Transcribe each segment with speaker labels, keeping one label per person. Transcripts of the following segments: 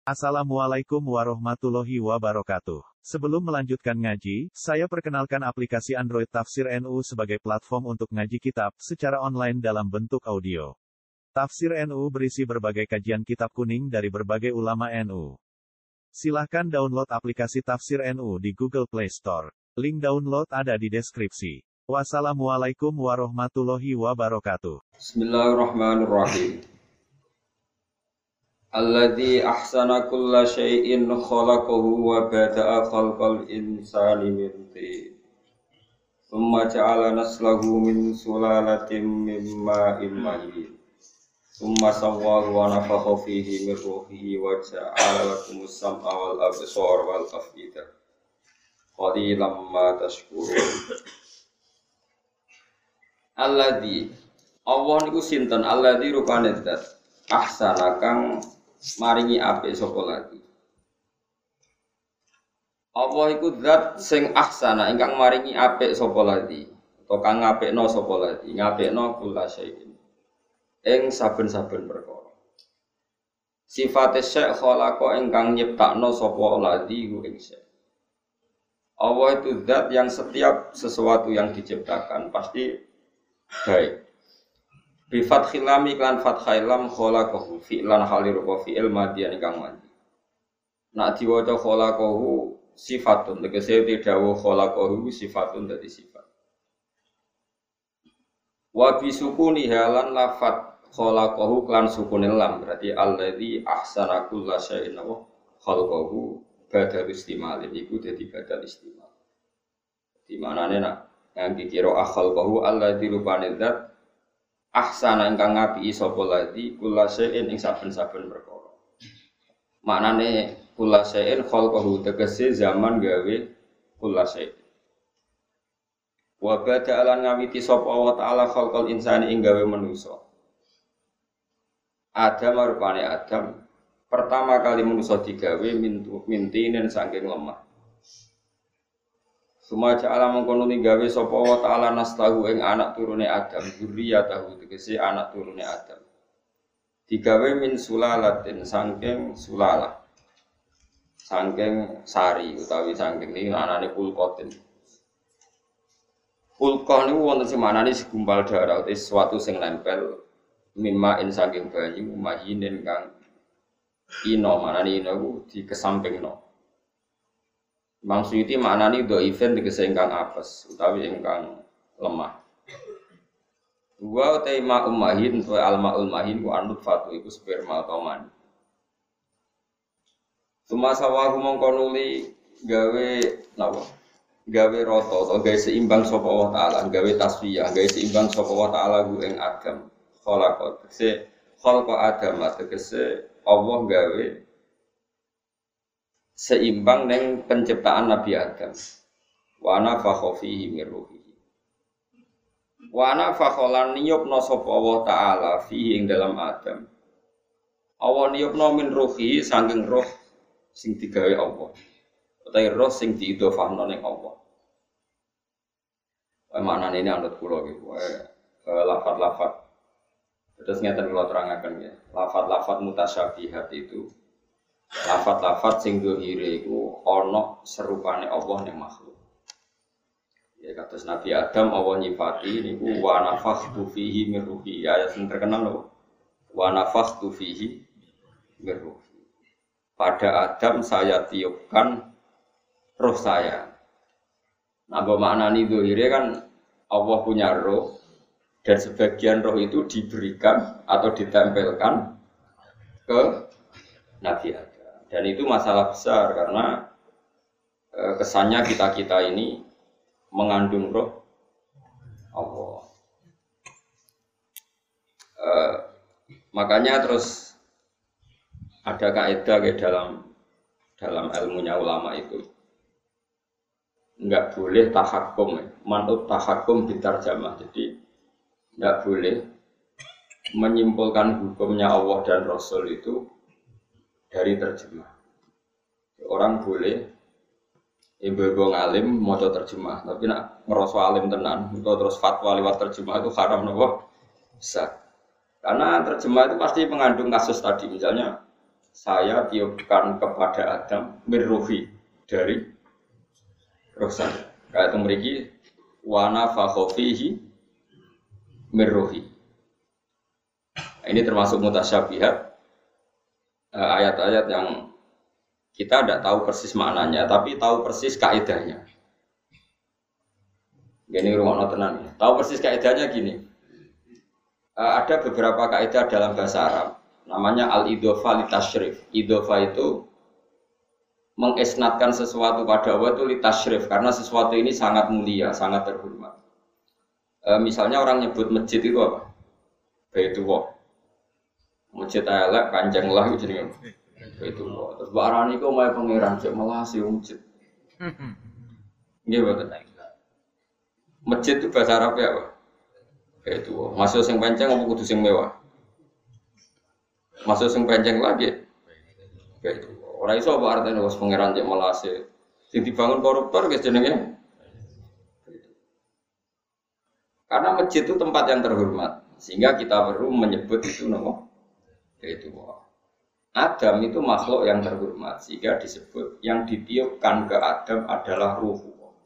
Speaker 1: Assalamualaikum warahmatullahi wabarakatuh. Sebelum melanjutkan ngaji, saya perkenalkan aplikasi Android Tafsir NU sebagai platform untuk ngaji kitab secara online dalam bentuk audio. Tafsir NU berisi berbagai kajian kitab kuning dari berbagai ulama NU. Silahkan download aplikasi Tafsir NU di Google Play Store. Link download ada di deskripsi. Wassalamualaikum warahmatullahi wabarakatuh.
Speaker 2: Bismillahirrahmanirrahim. Alladzi ahsana kulla syai'in khalaqahu wa bada'a khalqal insani min tin. Tsumma ja'ala naslahu min sulalatin min ma'in mahin. Tsumma sawwahu wa nafakha fihi min ruhihi wa ja'ala lakumus sam'a wal absara wal af'idah. Qalilan ma tashkurun. Alladzi Allah niku sinten? Alladzi rupane zat ahsana kang maringi apik sapa lagi. Allah iku zat sing ahsana ingkang maringi apik sapa lagi. Utawa kang ngapikno sapa lagi, ngapikno kula syai'in. Ing saben-saben perkara. Sifate syekh khalaqa ingkang nyiptakno sapa lagi ku ing syekh. Allah itu zat yang setiap sesuatu yang diciptakan pasti baik. Bi fathil lam iklan fathai lam khalaqahu fi'lan halir wa fi'il madhiyan ingkang madhi. Nak diwaca khalaqahu sifatun tegese dawuh khalaqahu sifatun dadi sifat. Wa bi sukuni halan lafat khalaqahu klan sukunil lam berarti alladzi ahsana kulla syai'in wa khalaqahu badal istimalin iku dadi badal istimal. Di manane nak ngangge kira khalaqahu alladzi rupane zat ahsana ingkang ngapiki sapa ladi kula syai'in ing saben-saben perkara. Maknane kula syai'in khalqahu tegese zaman gawe kula syai'in. Wa bada'alan ngawiti sapa Allah taala khalqal insani ing gawe manusa. Adam rupane Adam pertama kali manusa digawe mintinen saking lemah. Sumaja alam mengkono gawe sapa wa ta'ala nastahu ing anak turune Adam, dzurriyyatahu tegese anak turune Adam. Digawe min sulalatin saking sulalah. Saking sari utawi saking niki anane kulqatin. Kulqah niku wonten sing manane segumpal darah utawa sesuatu sing nempel mimma in saking banyu mahinen kang ino manane ino ku dikesampingno. Maksudnya maknanya dhaifan tegese ingkang apes utawi ingkang lemah. Wa taima ummahin wa almaul mahin ku anut fatu iku sperma atau mani. Sumasawahu mongkonuli gawe napa? Gawe rata atau gawe seimbang sapa Allah taala, gawe tasfiyah, gawe seimbang sapa Allah taala ku ing Adam. Khalaqa tegese khalaqa Adam tegese Allah gawe seimbang dengan penciptaan Nabi Adam. Wa nafakha fihi min ruhihi. Wa nafakha lan niyupna sapa Allah taala fihi ing dalam Adam. Allah niyupna min ruhihi saking roh sing digawe Allah. Utawi roh sing diidhofahno ning Allah. Maknane ini anut kula iki lafaz-lafaz. Terus ngeten kula terangaken ya. Lafaz-lafaz mutasyabihat itu lafat-lafat sing dohire iku ana serupane Allah ning makhluk. Ya kados Nabi Adam Allah nyifati niku wa nafakhtu fihi min ruhi. Ayat sing terkenal lho. Wa nafakhtu fihi min ruhi. Pada Adam saya tiupkan roh saya. Nah, maknane dohire kan Allah punya roh dan sebagian roh itu diberikan atau ditempelkan ke Nabi Adam. Dan itu masalah besar karena kesannya kita-kita ini mengandung roh Allah. Makanya terus ada kaidah dalam ilmunya ulama itu enggak boleh tahakkum, manut tahakkum bitarjamah. Jadi enggak boleh menyimpulkan hukumnya Allah dan Rasul itu dari terjemah. Orang boleh ibu-ibu ngalim maca terjemah, tapi nak ngerasa alim tenan, atau terus fatwa lewat terjemah itu haram napa? Besar. Karena terjemah itu pasti mengandung kasus tadi, misalnya saya tiupkan kepada Adam mirruhi dari roh saya. Kayak itu mriki wa nafakha fihi mirruhi. Ini termasuk mutasyabihat, ayat-ayat yang kita tidak tahu persis maknanya, tapi tahu persis kaidahnya. Gini rumah tenan ya. Tahu persis kaidahnya gini. Ada beberapa kaidah dalam bahasa Arab, namanya al-idhofa litasyrif. Idhofa itu mengisnadkan sesuatu pada Allah itu litasyrif, karena sesuatu ini sangat mulia, sangat terhormat. Misalnya orang nyebut masjid itu apa? Baitullah. Masjid elek kanjeng lah itu jenenge. Baitullah. Terus barani iku omahe pangeran cek malah si masjid. Nggih boten. Masjid itu bahasa Arab ya apa? Baitullah. Masuk sing panceng apa kudu sing mewah? Masuk sing panceng lagi. Baitullah. Ora iso apa artine wis pangeran cek malah si sing dibangun koruptor guys jenenge. Karena masjid itu tempat yang terhormat, sehingga kita perlu menyebut itu nama. Itu Adam itu makhluk yang terhormat, sehingga disebut yang ditiupkan ke Adam adalah ruh.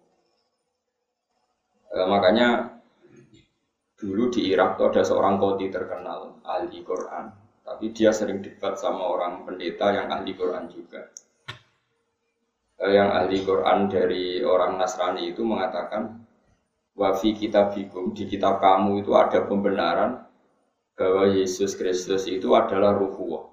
Speaker 2: Makanya dulu di Irak itu ada seorang qadhi terkenal ahli Quran, tapi dia sering debat sama orang pendeta yang ahli Quran juga. Yang ahli Quran dari orang Nasrani itu mengatakan, wa fi kitabikum, di kitab kamu itu ada pembenaran bahwa Yesus Kristus itu adalah ruhullah.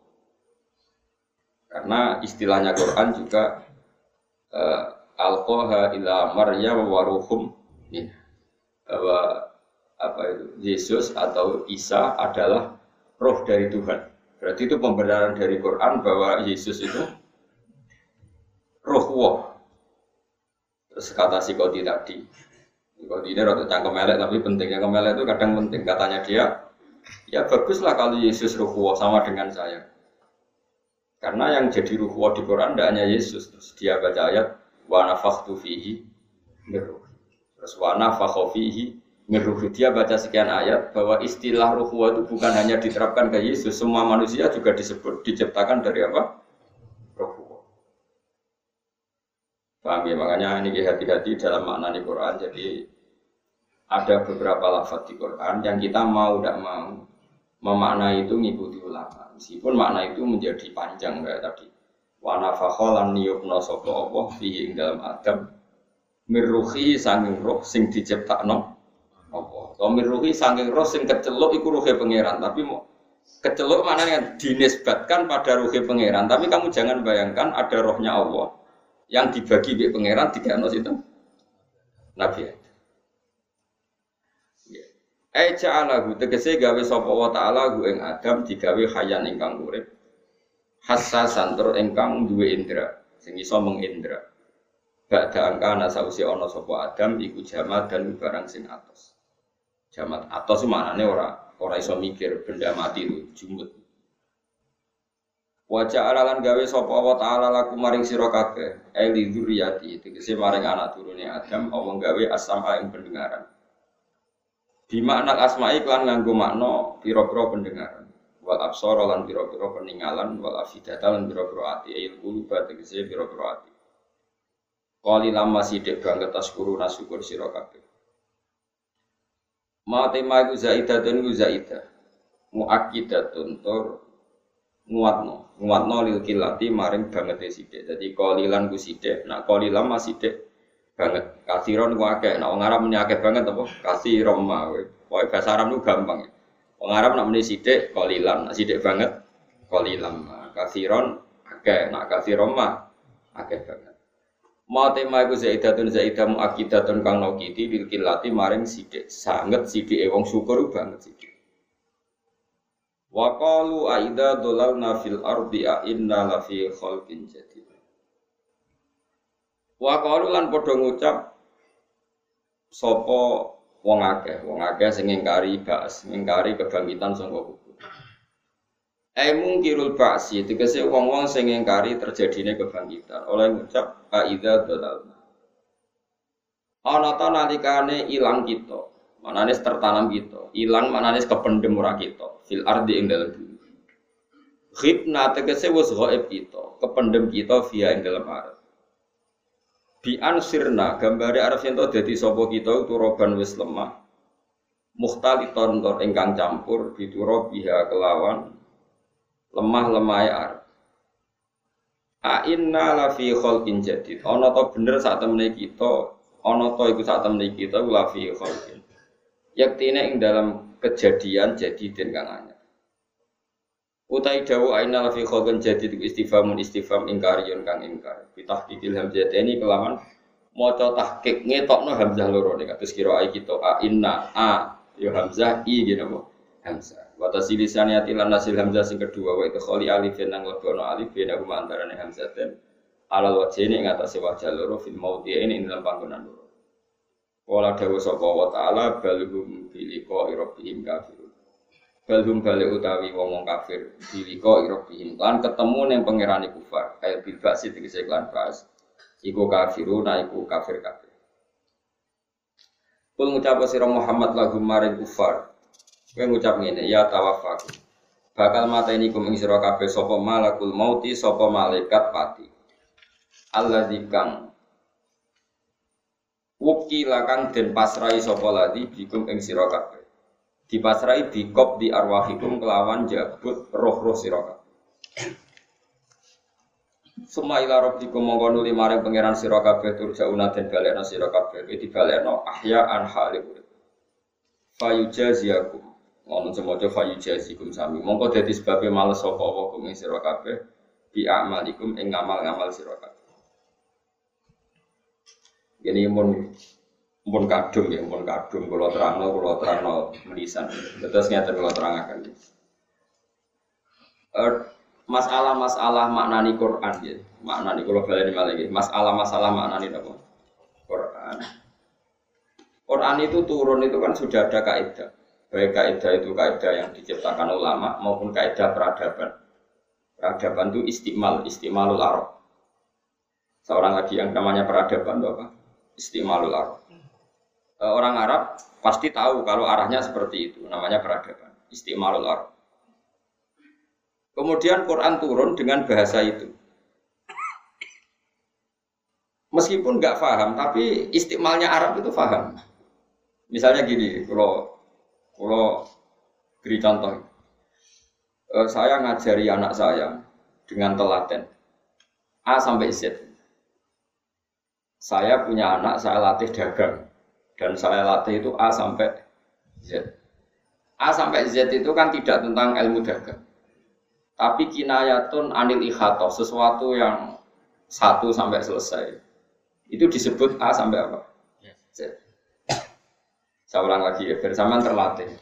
Speaker 2: Karena istilahnya Quran juga alqaha ila Maryam wa ruhum min. Bahwa Yesus atau Isa adalah roh dari Tuhan. Berarti itu pembenaran dari Quran bahwa Yesus itu ruhullah. Terus kata si qadhi tadi, kalau ini rada cangkem elek tapi pentingnya kemelek itu kadang penting. Katanya dia, ya baguslah kalau Yesus ruhullah sama dengan saya. Karena yang jadi ruhullah di Quran tidak hanya Yesus. Terus dia baca ayat wa nafakhtu fihi min ruhi. Terus wa nafakha fihi min ruhi. Dia baca sekian ayat bahwa istilah ruhullah itu bukan hanya diterapkan ke Yesus, semua manusia juga disebut diciptakan dari apa? Ruhullah. Paham ya? Makanya ini hati-hati dalam makna di Quran. Jadi ada beberapa lafaz di Quran yang kita mau tidak mau memaknai itu ngikuti ulama. Meskipun makna itu menjadi panjang kayak tadi. Wa nafakha lan niyupna sapa Allah fihi ing dalam Adam mirruhi sanging roh sing diciptakno Allah. Kalau mirruhi sanging roh sing keceluk iku ruhe pangeran, tapi keceluk maknanya dinisbatkan pada ruhe pangeran. Tapi kamu jangan bayangkan ada rohnya Allah yang dibagi di pangeran dikano situ Nabi. Ja'alahu tegese gawe sapa wa ta'ala hu ing Adam digawe hayan ingkang urip. Hassasan tur ingkang duwe indra sing iso mengindra. Ba'da angkana sause ana sapa Adam iku jamad dan barang sing atos. Jamad atos maknane ora iso mikir, benda mati itu jumut. Wa ja'alalan gawe sapa wa ta'ala laku maring sira kabeh li dzurriyyati tegese maring anak turune Adam Allah gawe as-sam'a ing pendengaran. Di makna asma'i kan nganggo makna pira-pira pendengaran. Wal absara lan pira-pira peninggalan, wal afidata lan pira-pira ati, il quluba tegese pira-pira ati. Qali lama sithik banget taskuru nasyukur sira kabeh. Ma tema iku zaidatun zaidah. Muakkidatun tur nguatno lil kilati maring bangete sithik. Dadi qalilan ku sithik, nek qalilan masih sithik banget. Kasiron ku akeh, nek wong Arab muni akeh banget apa? Kasiron mah. Pokoke bahasa Arab ku gampang. Wong Arab nek muni sithik qalilan, nek sithik banget qalilan. Kasiron akeh, nek kasiron mah akeh banget. Ma tema iku zaidatun zaidah muakkidatun kang nokiti lil kilati maring sithik. Sanget sithike wong syukur banget sithik. Wa qalu aida dolalna fil ardi a inna la fi khalqin jadid. Wa qalu lan padha ngucap sapa wong akeh sing ngingkari ba'as, ngingkari kebangkitan saka kubur. Mungkirul ba'si tegese wong-wong sing ngingkari terjadine kebangkitan oleh ngucap aida dolalna. Ana ta nalikane ilang kita. Manane tertanam kita, ilang manane kependem ora kita, fil ardi ing dalem bumi. Ghibna tegese wis ghaib kita, kependem kita via ing dalam arep. Bi ansirna gambare arep yen to dadi sapa kita turoban wis lemah. Mukhtaliton tur ingkang campur dituro biha kelawan lemah-lemahe arep. A inna la fi khalqin jadid. Ana to bener sak temene kita, ana to iku sak temene kita la fi khalqin. Yaktine ing dalam kejadian jadidin kang anyar. Utai dawu aina la fi khalqin jadid istifhamun istifham ingkariyun kang ingkar. Bitahqiqil hamzataini kelawan maca tahqiq ngetokno hamzah loro nek kados kira kita a inna a ya hamzah i ngene apa hamzah. Wa tasilisan yatilan nasil hamzah sing kedua wa ikhali alifin nang lebono alif ben aku antarane hamzah ten alal wajhine ing atase wajah loro fil maudhi'in ing dalam panggonan loro. Wala dawu sapa wa ta'ala balhum bilika rabbihim kafirun. Balhum bali utawi wong kafir bilika rabbihim lan ketemu ning pangerane kufar kaya bilbasi tegese lan bas iku kafirun iku kafir-kafir. Kul ngucap sira Muhammad lahum maring kufar. Kowe ngucap ngene, ya tawaffaku. Bakal mateni kum ing sira kabeh sapa malakul mauti, sapa malaikat pati. Alladzi kang wukila kang den pasrai sapa ladzi bikum ing sira kabeh. Dipasrai bikop di arwahikum kelawan jabut roh-roh sira kabeh. Suma ila rabbikum mongko nuli maring pangeran sira kabeh turjauna den balekna sira kabeh dibalekno ahya an halib. Fayujaziakum ngono semoga fayujazikum sami mongko dadi sebabe males sapa apa kum sira kabeh bi amalikum ing ngamal-ngamal sira kabeh. Ini mun kadung ya, mun kadung kula terangno menisan. Terus ngeten kula terangaken. Masalah-masalah maknani Quran ya. Maknani kula baleni malih nggih. Masalah-masalah maknani napa? Quran. Quran itu turun itu kan sudah ada kaidah. Baik kaidah itu kaidah yang diciptakan ulama maupun kaidah peradaban. Peradaban itu istimalul Arab. Seorang lagi yang namanya peradaban itu apa? Istimalul Arab. Orang Arab pasti tahu kalau arahnya seperti itu, namanya peradaban. Istimalul Arab. Kemudian Quran turun dengan bahasa itu. Meskipun nggak paham, tapi istimalnya Arab itu paham. Misalnya gini, kalau beri contoh, saya ngajari anak saya dengan telaten A sampai Z. Saya punya anak, saya latih dagang, dan saya latih itu A sampai Z. A sampai Z itu kan tidak tentang ilmu dagang, tapi kinayatun anil ikhatoh, sesuatu yang 1 sampai selesai. Itu disebut A sampai apa? Z. Saya ulang lagi ya, bersamaan terlatih.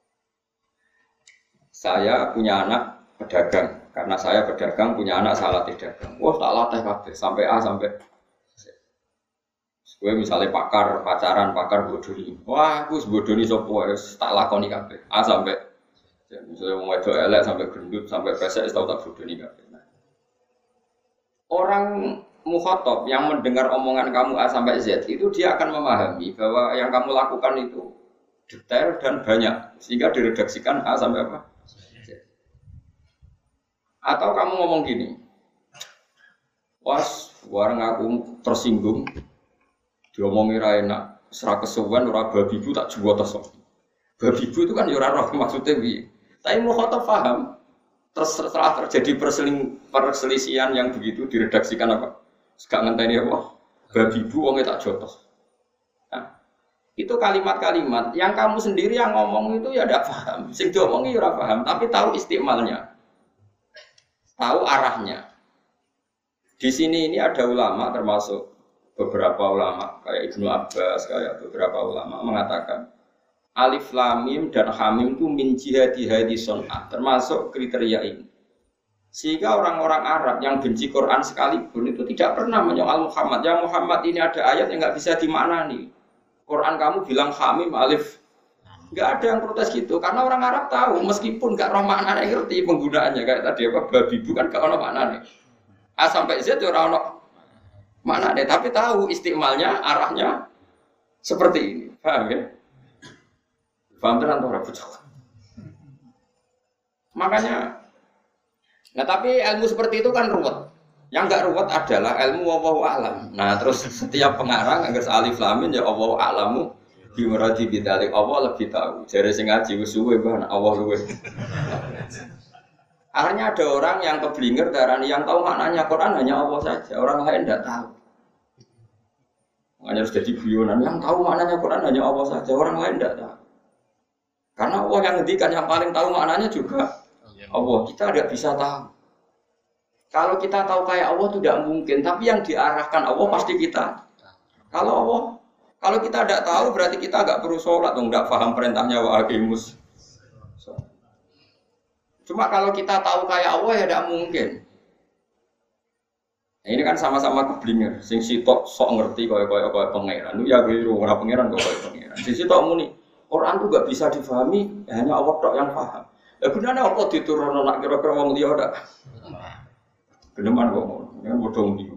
Speaker 2: Saya punya anak pedagang, karena saya pedagang punya anak saya latih dagang. Wah tak latih kabeh sampai A sampai Z. Gue misalnya pacaran bodoni. Wah aku bodoni sopo tak lakoni kabeh. A sampai Z. Misalnya mau wedok elek sampai gendut sampai pesek tahu tak bodoni kabeh. Orang mukhatab yang mendengar omongan kamu A sampai Z itu dia akan memahami bahwa yang kamu lakukan itu detail dan banyak sehingga diredaksikan A sampai apa? Z. Atau kamu ngomong gini, was warang aku tersinggung, diomongi ra enak, serak kesuwen ora babi bu tak jual tesok. Babi bu itu kan ya ora roh maksudnya piye. Tapi mukhatab paham. Terus setelah terjadi perselisihan yang begitu diredaksikan apa? Gak ngenteni apa? Babi bu wonge tak jotos. Nah, itu kalimat-kalimat yang kamu sendiri yang ngomong itu ya tidak paham. Sing diomongi ya ora paham, tapi tahu istimalnya. Tahu arahnya. Di sini ini ada ulama termasuk beberapa ulama kayak Ibnu Abbas, kayak beberapa ulama mengatakan Alif Lam Mim dan Hamim itu min jihadi hadi son'ah, termasuk kriteria ini. Sehingga orang-orang Arab yang benci Quran sekalipun itu tidak pernah menyoal Muhammad. Ya Muhammad ini ada ayat yang nggak bisa dimaknani. Quran kamu bilang Hamim Alif, nggak ada yang protes gitu. Karena orang Arab tahu meskipun nggak roh maknanya ngerti penggunaannya kayak tadi apa babi bukan nggak ono maknanya. A sampai Z itu orang ono maknanya, tapi tahu istimalnya arahnya seperti ini. Paham ya? Paham tenan ora bocah. Makanya Nah tapi ilmu seperti itu kan ruwet. Yang enggak ruwet adalah ilmu wallahu alam. Nah terus setiap pengarang agar alif lam mim ya wallahu alamu bimuradi bidzalik, Allah lebih tahu. Jare sing ngaji wis suwe Mbah Allah luwe. Akhirnya ada orang yang keblinger darani yang tahu maknanya Quran hanya Allah saja, orang lain tidak tahu. Makanya harus jadi guyonan, yang tahu maknanya Quran hanya Allah saja, orang lain tidak tahu. Karena Allah yang ngendikan yang paling tahu maknanya juga Allah, kita tidak bisa tahu. Kalau kita tahu kayak Allah itu tidak mungkin, tapi yang diarahkan Allah pasti kita. Kalau kita tidak tahu berarti kita agak perlu sholat, tidak paham perintahnya wa aqimus. Cuma kalau kita tahu kayak Allah ya tidak mungkin. Nah, ini kan sama-sama keblinger. Sing sitok sok ngerti kaya pangeran. Lu ya biru ora pangeran kok kaya pangeran. Sing sitok muni Quran tuh gak bisa difahami hanya Allah tok yang paham. Lah gunane apa diturunno nak kira-kira wong liya ndak? Geneman kok ngono. Kan bodho ndi.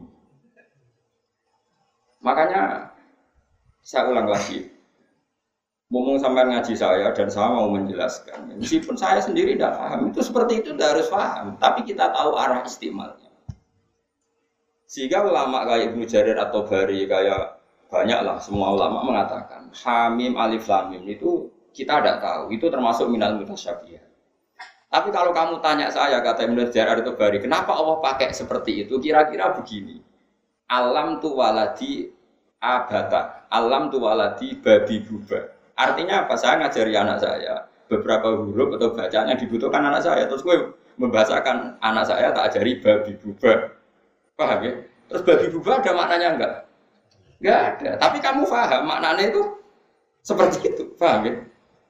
Speaker 2: Makanya saya ulang lagi. Ngomong sampai ngaji saya dan saya mau menjelaskan. Meskipun saya sendiri tidak paham, itu seperti itu tidak harus paham. Tapi kita tahu arah istimalnya. Sehingga ulama kayak Ibnu Jarir atau Bari kayak banyaklah semua ulama mengatakan Hamim Alif Lam Mim itu kita tidak tahu. Itu termasuk minal mutasyabihat. Tapi kalau kamu tanya saya kata Ibnu Jarir atau Bari, kenapa Allah pakai seperti itu? Kira-kira begini. Alam tu waladi abata, alam tu waladi babi buba. Artinya apa? Saya ngajari anak saya beberapa huruf atau bacaan yang dibutuhkan anak saya. Terus gue membahasakan anak saya tak ajari babi buba. Paham ya? Terus babi buba ada maknanya enggak? Enggak ada. Tapi kamu paham maknanya itu seperti itu. Paham ya?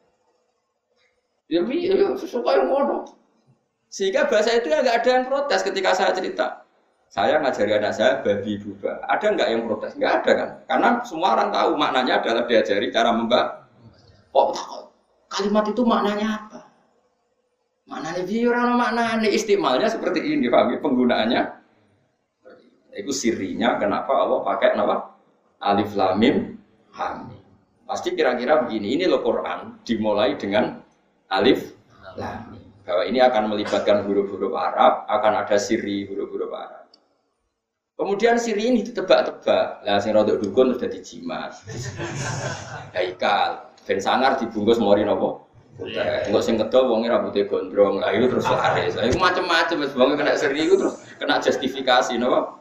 Speaker 2: Ya suka yang ngono. Sehingga bahasa itu ya enggak ada yang protes ketika saya cerita. Saya ngajari anak saya babi buba. Ada enggak yang protes? Enggak ada kan? Karena semua orang tahu maknanya adalah diajari cara membak. Kok kalimat itu maknanya apa? Maknanya biar maknanya istimalnya seperti ini, paham? Penggunaannya itu sirinya kenapa Allah pakai nama Alif Lam Mim Hamim. Pasti kira-kira begini, ini loh Quran dimulai dengan Alif Lam Mim. Bahwa ini akan melibatkan huruf-huruf Arab, akan ada siri huruf-huruf Arab. Kemudian siri ini ditebak-tebak. Lah sing rodok dukun sudah dijimat. Haikal ben sangar dibungkus mori napa? Putih. Engko sing kedol wonge rambutnya gondrong. Lah itu terus laris. Lah iku macam-macam wis wonge kena seri iku terus kena justifikasi napa?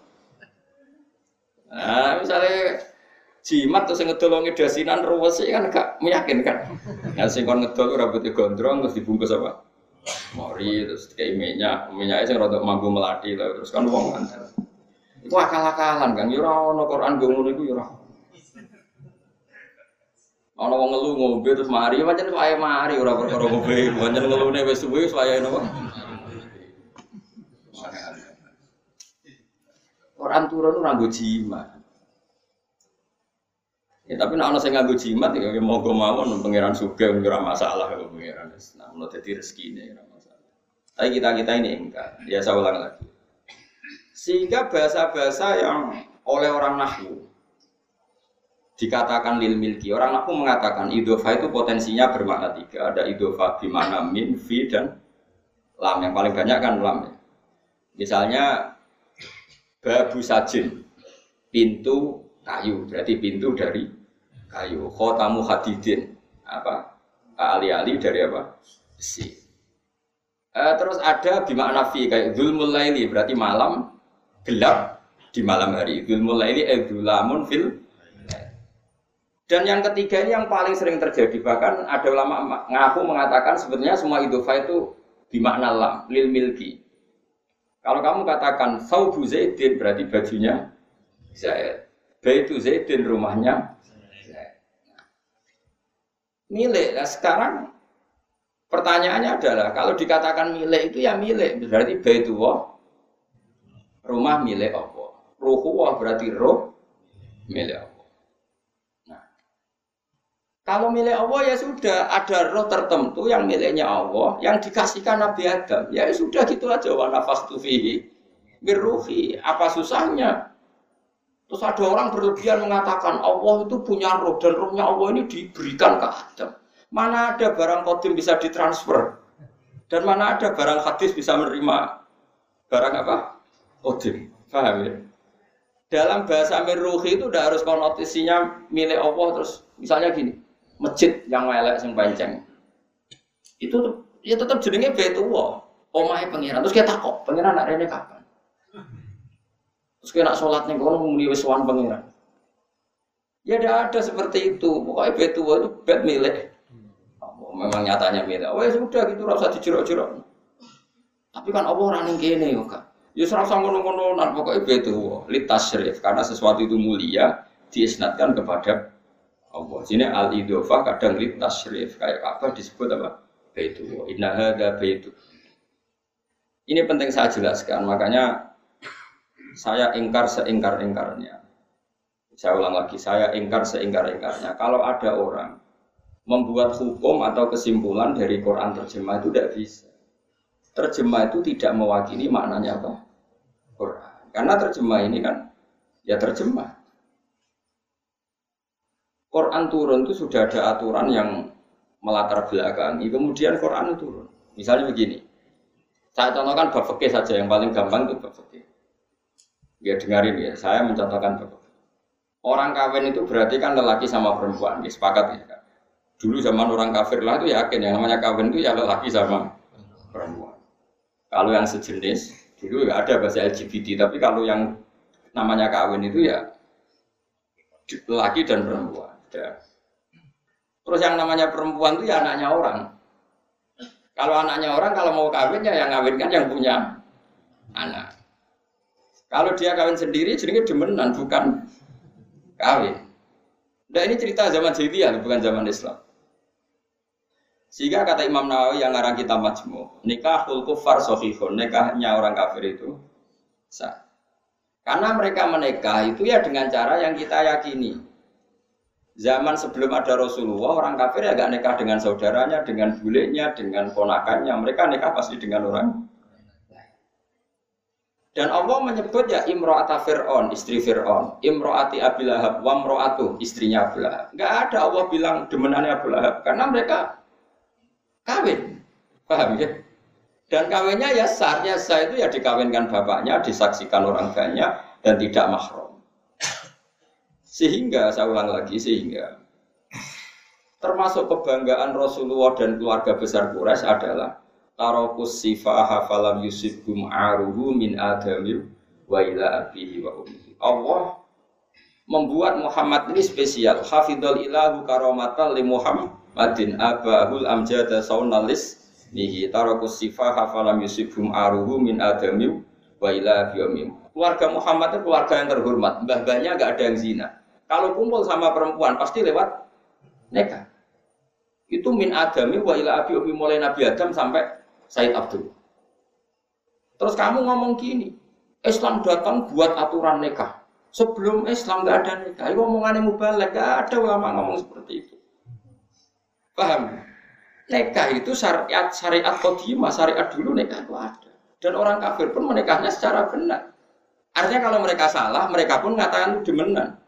Speaker 2: Nah, misalnya jimat terus sing ngedol wonge dasinan ruwes kan gak meyakinkan. Nah sing kon ngedol rambutnya gondrong terus dibungkus apa? Mori terus kayak minyaknya sing rodok mampu melati lah terus kan wong antar. Iku akal-akalan kan yo ora ono Quran go ngono iku yo ora. Ana wong ngelu ngombe terus mari pancen wae mari ora perkara ngombe, pancen ngelune wis suwe wae napa. Quran turun ora nggo jimat. Ya tapi nek ana sing nganggo jimat ya monggo mawon pangeran sugih ora masalah karo pangeran. Nah, ono dadi rezekine ora masalah. Tapi kita ini enggak. Ya saya ulang lagi. Sehingga bahasa-bahasa yang oleh orang nahwu dikatakan lil milki. Orang nahwu mengatakan idhofah itu potensinya bermakna tiga. Ada idhofah bermakna min, fi, dan lam. Yang paling banyak kan lam. Ya. Misalnya babu sajin, pintu kayu. Berarti pintu dari kayu. Khotamu hadidin. Apa? Ali-ali dari apa? Besi. Terus ada bermakna fi kayak dzulmul laili berarti malam. Gelap di malam hari. Dzulmul laili dzulamun fil. Dan yang ketiga ini yang paling sering terjadi, bahkan ada ulama ngaku mengatakan sebenarnya semua idhofah itu bimakna lam lil milki. Kalau kamu katakan thawbu Zaidin berarti bajunya Zaid. Baitu Zaidin rumahnya Zaid. Milik. Nah, sekarang pertanyaannya adalah kalau dikatakan milik itu ya milik berarti baitullah rumah milik Allah. Ruhullah berarti roh milik Allah. Nah, kalau milik Allah ya sudah ada roh tertentu yang miliknya Allah yang dikasihkan Nabi Adam. Ya sudah gitu aja wa nafakhtu fihi birruhi. Apa susahnya? Terus ada orang berlebihan mengatakan Allah itu punya roh dan rohnya Allah ini diberikan ke Adam. Mana ada barang qadim bisa ditransfer dan mana ada barang hadis bisa menerima barang apa? Udim. Paham ya? Dalam bahasa min ruhi itu udah harus konotasinya milik Allah terus misalnya gini, masjid yang elek sing panceng. Itu ya tetap jenenge Baitullah. Omahe pangeran. Terus kita takok, pangeran nak rene kapan? Terus kita nak sholat ning kono muni wis sowan pangeran. Ya ada seperti itu. Pokoknya Baitullah itu bait milik. Memang nyatanya milik. Oh ya sudah gitu ora usah dijerok-jerok. Tapi kan Allah ora ning kene kok, Kak. Ya ora usah ngono-ngononan pokoke Baitullah litasyrif karena sesuatu itu mulia diisnadkan kepada Allah. Sini al-idhofah kadang litasyrif kayak Ka'bah disebut apa? Baitullah. Inna hadza baitu. Ini penting saya jelaskan, makanya saya ingkar seingkar-ingkarnya. Saya ulang lagi, saya ingkar seingkar-ingkarnya. Kalau ada orang membuat hukum atau kesimpulan dari Quran terjemah itu tidak bisa. Terjemah itu tidak mewakili maknanya apa? Quran. Karena terjemah ini kan, ya terjemah. Quran turun itu sudah ada aturan yang melatar belakangi, kemudian Quran itu turun. Misalnya begini, saya contohkan bab fikih saja yang paling gampang itu bab fikih. Ya dengarin ya, saya mencontohkan bab fikih. Orang kawin itu berarti kan lelaki sama perempuan, ya, sepakat ya kan? Dulu zaman orang kafir lah itu yakin yang namanya kawin itu ya lelaki sama perempuan. Kalau yang sejenis, dulu ya ada bahasa LGBT, tapi kalau yang namanya kawin itu ya lelaki dan perempuan. Ya. Terus yang namanya perempuan itu ya anaknya orang. Kalau anaknya orang, kalau mau kawin ya yang kawin kan yang punya anak. Kalau dia kawin sendiri, jadinya demenan, bukan kawin. Nah ini cerita zaman jahiliyah, bukan zaman Islam. Sehingga kata Imam Nawawi yang ngarang kitab Majmu', nikahul kufar sahihun, nikahnya orang kafir itu sah. Karena mereka menikah itu ya dengan cara yang kita yakini. Zaman sebelum ada Rasulullah, orang kafir ya gak nikah dengan saudaranya, dengan bulenya, dengan ponakannya. Mereka nikah pasti dengan orang. Dan Allah menyebut ya imro'ata Fir'aun, istri Fir'aun. Imro'ati Abi Lahab, wa imro'atu, istrinya Abu Lahab. Gak ada Allah bilang demenannya Abu Lahab. Karena mereka kawin. Paham ya? Dan kawinnya ya sah itu ya dikawinkan bapaknya, disaksikan orang banyak, dan tidak mahram. Sehingga, saya ulang lagi, sehingga termasuk kebanggaan Rasulullah dan keluarga besar Quraisy adalah tarokus sifaha falam yusibhum aruhu min adami wa ila abihi wa ummihi. Allah membuat Muhammad ini spesial. Hafidhul ilahu karamatan li Muhammadin abahul amjada saunalis nihi tarokus sifaha falam yusibhum aruhu min adami wa ila abihi wa ummihi. Keluarga Muhammad itu keluarga yang terhormat. Mbah-mbahnya enggak ada yang zina. Kalau kumpul sama perempuan pasti lewat nikah. Itu min adami wa ila abi ummi mulai Nabi Adam sampai Said Abdul. Terus kamu ngomong gini, Islam datang buat aturan nikah. Sebelum Islam enggak ada nikah. Itu omongannya mubalagh, enggak ada ulama ngomong seperti itu. Paham? Nikah itu syariat qadimah, syariat dulu nikah itu ada. Dan orang kafir pun menikahnya secara benar. Artinya kalau mereka salah, mereka pun mengatakan demenan.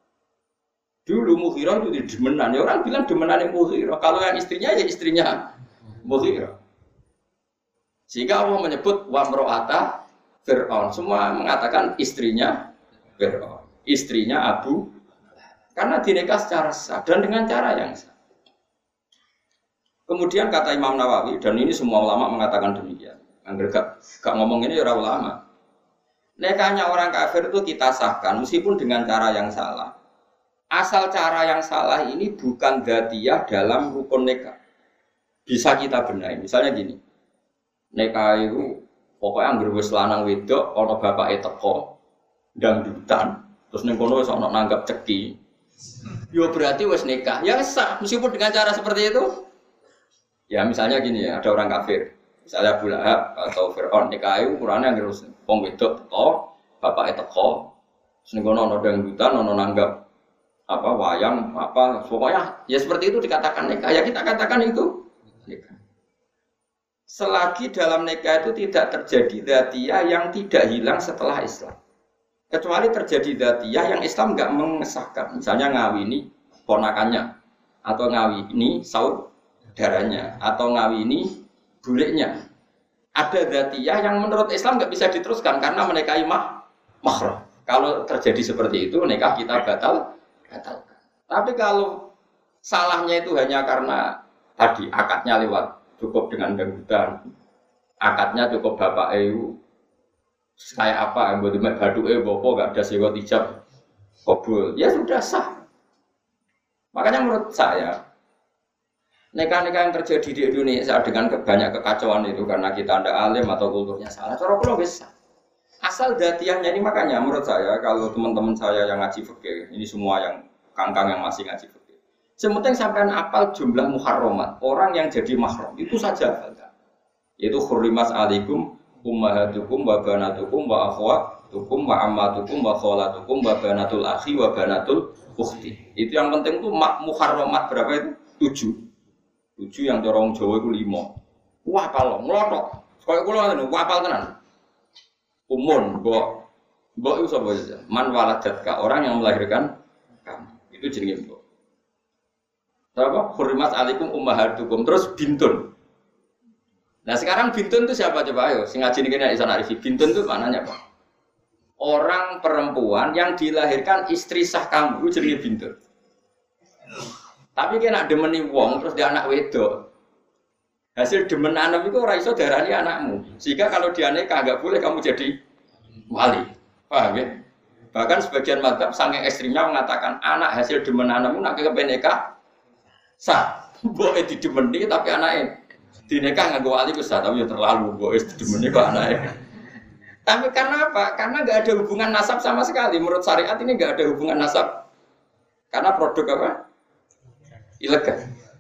Speaker 2: Dulu Mughirah itu demenan, ya orang bilang demenan yang Mughirah. Kalau yang istrinya ya istrinya Mughirah. Sehingga Allah menyebut wa mro'ata Fir'aun. Semua mengatakan istrinya Fir'aun, istrinya Abu. Karena dinikah secara sah dan dengan cara yang sah. Kemudian kata Imam Nawawi, dan ini semua ulama mengatakan demikian. Angger gak ngomong ini ya ulama. Nikahnya orang kafir itu kita sahkan meskipun dengan cara yang salah. Asal cara yang salah ini bukan dzatiyah dalam rukun nikah. Bisa kita benahi. Misalnya gini. Nikah itu pokoknya anggere wis lanang wedok ana bapake teko dangdutan terus ning kono wis ana nanggap ceki. Yo berarti wis nikah. Ya sah meskipun dengan cara seperti itu. Ya misalnya gini ya, ada orang kafir. Misalnya Abu Lahab atau Fir'aun nikah itu ukurannya anggere wong wedok teko, bapake teko. Terus ning kono ana dangdutan ana nanggap apa wayang apa pokoknya ya seperti itu dikatakan nikah ya kita katakan itu nikah. Selagi dalam nikah itu tidak terjadi dzatiyah yang tidak hilang setelah Islam, kecuali terjadi dzatiyah yang Islam nggak mengesahkan, misalnya ngawini ponakannya atau ngawini saudaranya atau ngawini buliknya. Ada dzatiyah yang menurut Islam nggak bisa diteruskan karena menikahi mahram. Kalau terjadi seperti itu, nikah kita batalkan. Tapi kalau salahnya itu hanya karena tadi akadnya lewat cukup dengan dangdutan, akadnya cukup bapak kayak apa, buat badu bopo nggak ada sewot ijab kabul, ya sudah sah. Makanya menurut saya nikah-nikah yang terjadi di Indonesia dengan banyak kekacauan itu karena kita tidak alim atau kulturnya salah. Cara kalau bisa asal datiannya ini, makanya menurut saya kalau teman-teman saya yang ngaji fikih, ini semua yang kangkang yang masih ngaji fikih, sementing sampai apal jumlah muharramat orang yang jadi mahram itu saja, yaitu hurrimas alaikum ummahatukum wa banatukum wa akhwatukum wa ammatukum wa khalatukum wa banatul akhi wa banatul ukhti. Itu yang penting tuh muharramat berapa itu? 7 yang dorong Jawa itu 5. Wah kalau ngelotok, kayak kula ngene, wapal tenan. Umun, mbok itu sapa aja? Man waladatka, orang yang melahirkan kamu. Itu jenenge mbok. Apa? Hurrimat alaikum ummahatukum, terus bintun. Nah sekarang bintun itu siapa coba ayo? Sing ngaji niki nek iso arifi. Bintun itu maknanya apa? Orang perempuan yang dilahirkan istri sah kamu itu jenenge bintun. Tapi kena demeni wong terus dia anak wedok. Hasil demen anak itu ora iso darani anakmu. Sehingga kalau dia nikah enggak boleh kamu jadi wali. Paham ya? Bahkan sebagian mazhab saking ekstrimnya mengatakan anak hasil demen anakmu nak kepen nikah sah. Mboke didemeni tapi anake dinikah nganggo wali ku sah, tapi ya terlalu mboke didemeni kok anake. Tapi karena apa? Karena enggak ada hubungan nasab sama sekali. Menurut syariat ini enggak ada hubungan nasab. Karena produk apa? Ilegal.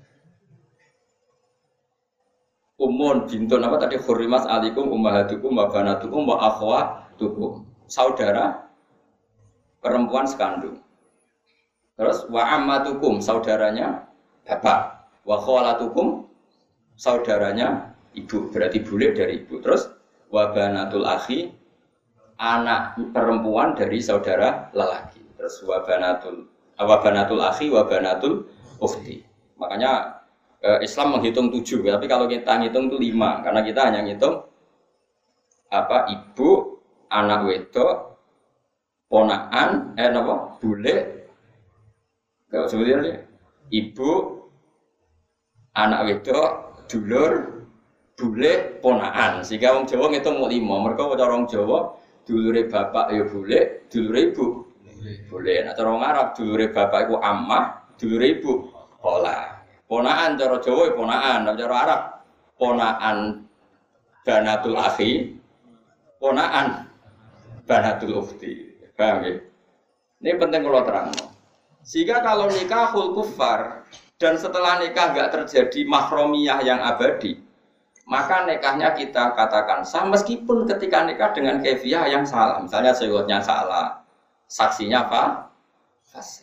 Speaker 2: Umun bintun apa tadi hurrimas alaikum ummahatukum wa banatukum wa akhwatukum. Saudara perempuan sekandung. Terus wa ammatukum saudaranya bapak. Wa khalatukum saudaranya ibu, berarti bule dari ibu. Terus wa banatul akhi anak perempuan dari saudara lelaki. Terus wa banatul akhi wa banatul ukhti. Makanya Islam menghitung 7, tapi kalau kita ngitung itu 5, karena kita hanya ngitung apa ibu, anak wedok, ponakan, bule. Kalau sebenarnya ibu, anak wedok, dulur, bule, ponakan. Sehingga orang Jawa ngitung mau 5. Mereka cara orang Jawa dulure bapak ya bule, dulure ibu bule. Nah cara orang Arab dulure bapak itu ammah, dulure ibu khala. Ponaan cara Jawa ponaan, cara Arab ponaan banatul akhi, ponaan banatul ukhti. Paham ya? Ini penting kalau terang. Sehingga kalau nikahul kufar dan setelah nikah enggak terjadi mahromiyah yang abadi, maka nikahnya kita katakan sah meskipun ketika nikah dengan kefiyah yang salah. Misalnya sewotnya salah, saksinya apa? Fasih.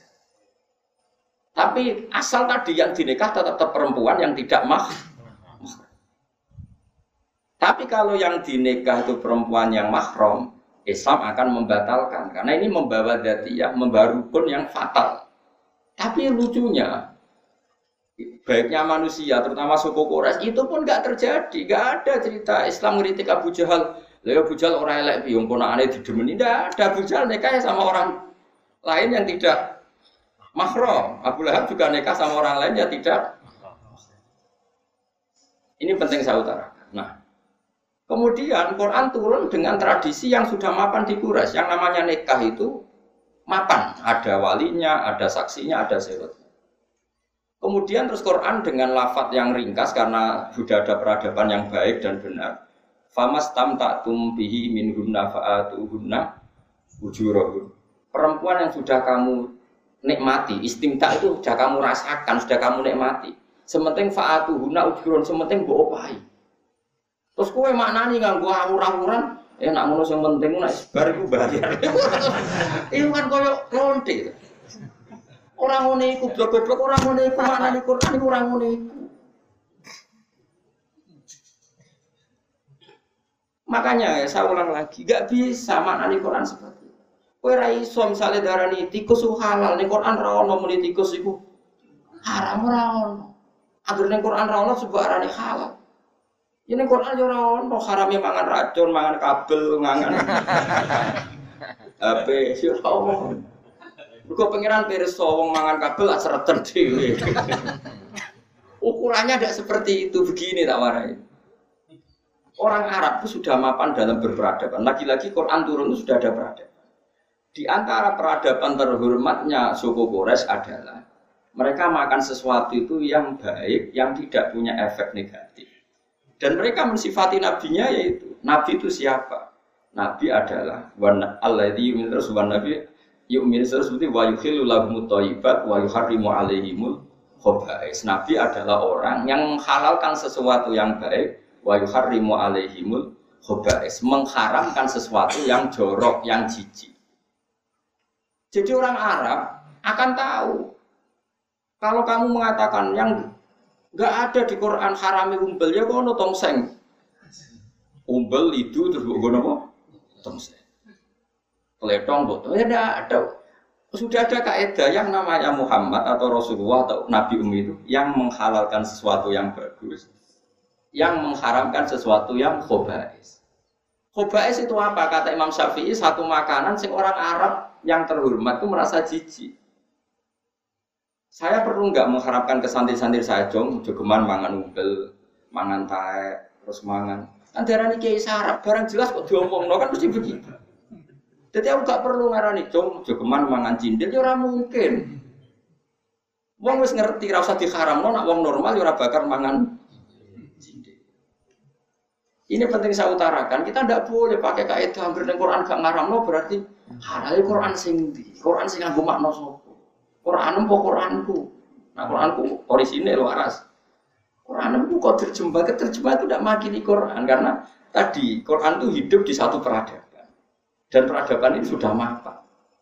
Speaker 2: Tapi asal tadi yang dinikah tetap perempuan yang tidak mahram. Tapi kalau yang dinikah itu perempuan yang mahram, Islam akan membatalkan karena ini membawa dzatiyah, membawa rukun yang fatal. Tapi lucunya, baiknya manusia, terutama suku Quraisy itu pun nggak terjadi, nggak ada cerita Islam ngeritik Abu Jahal. Lalu Abu Jahal orang elek, biung ponakane didemeni, tidak ada. Abu Jahal nikah sama orang lain yang tidak mahram. Abu Lahab juga nikah sama orang lain yang tidak. Ini penting saya utarakan. Nah, kemudian Quran turun dengan tradisi yang sudah mapan di Quraisy. Yang namanya nikah itu mapan. Ada walinya, ada saksinya, ada syaratnya. Kemudian terus Quran dengan lafadz yang ringkas karena sudah ada peradaban yang baik dan benar. Famastamta'tum bihi minhunna fa'atuhunna ujurahun. Perempuan yang sudah kamu nikmati, istimta itu sudah kamu rasakan, sudah kamu nikmati. Sementing fa'atuhunna ujurahun, sementing mbok opahi. Terus kowe maknani nganggo awur-awuran, nak ngono sing penting nek bar iku bayar. Iku kan koyo lonte. Ora ngono iku blok-blok ora ngono iku maknane Quran iku ora ngono iku. Makanya saya ulang lagi, enggak bisa maknane Quran seperti itu. Kowe ra iso misale darani tikus halal ning Quran ra ono muni tikus iku haram ora ono. Agar ning Quran ra ono sebab arane halal. Ini Quran yo ora ono harame mangan racun, mangan kabel, mangan HP yo ora ono. Mergo pangeran pirsa wong mangan kabel lak sereten dhewe. Ukurannya tidak seperti itu, begini tak warai. Orang Arab itu sudah mapan dalam berperadaban. Lagi-lagi Quran turun itu sudah ada peradaban. Di antara peradaban terhormatnya suku Quraisy adalah mereka makan sesuatu itu yang baik, yang tidak punya efek negatif. Dan mereka mensifati nabinya yaitu, nabi itu siapa? Nabi adalah alladzi yu'minu wan nabi yu'minu seperti wa yuhillu lahumut thayyibat wa yuharrimu 'alaihimul khaba'is. Nabi adalah orang yang menghalalkan sesuatu yang baik, wa yuharrimu 'alaihimul khaba'is, mengharamkan sesuatu yang jorok, yang jijik. Jadi orang Arab akan tahu kalau kamu mengatakan yang enggak ada di Quran harame umbel ya kono tongseng. Umbel itu terus gono apa? Tongseng. Peletong botol ya enggak ada. Sudah ada kaidah yang namanya Muhammad atau Rasulullah atau Nabi itu yang menghalalkan sesuatu yang bagus, yang mengharamkan sesuatu yang khobais. Khobais itu apa? Kata Imam Syafi'i, satu makanan sing orang Arab yang terhormat itu merasa jijik. Saya perlu nggak mengharapkan ke santri-santri saya jogeman mangan umbel, mangan tae, terus mangan. Kan darani kiai sarap, barang jelas kok diomongno kan mesti begitu. Jadi aku gak perlu ngarani jogeman mangan cindil, ya ora mungkin. Wong wis ngerti ora usah diharamno, nek wong normal ya ora bakar mangan cindil. Ini penting saya utarakan, kita tidak boleh pakai kaidah anggere ning Quran gak ngaramno berarti halal Quran sing ndi? Quran sing nganggo makna sapa? Quran apa Quranku? Nah Quranku orisinil waras. Quranku kok terjemah itu tidak makili Quran karena tadi Quran itu hidup di satu peradaban dan peradaban ini sudah mapan.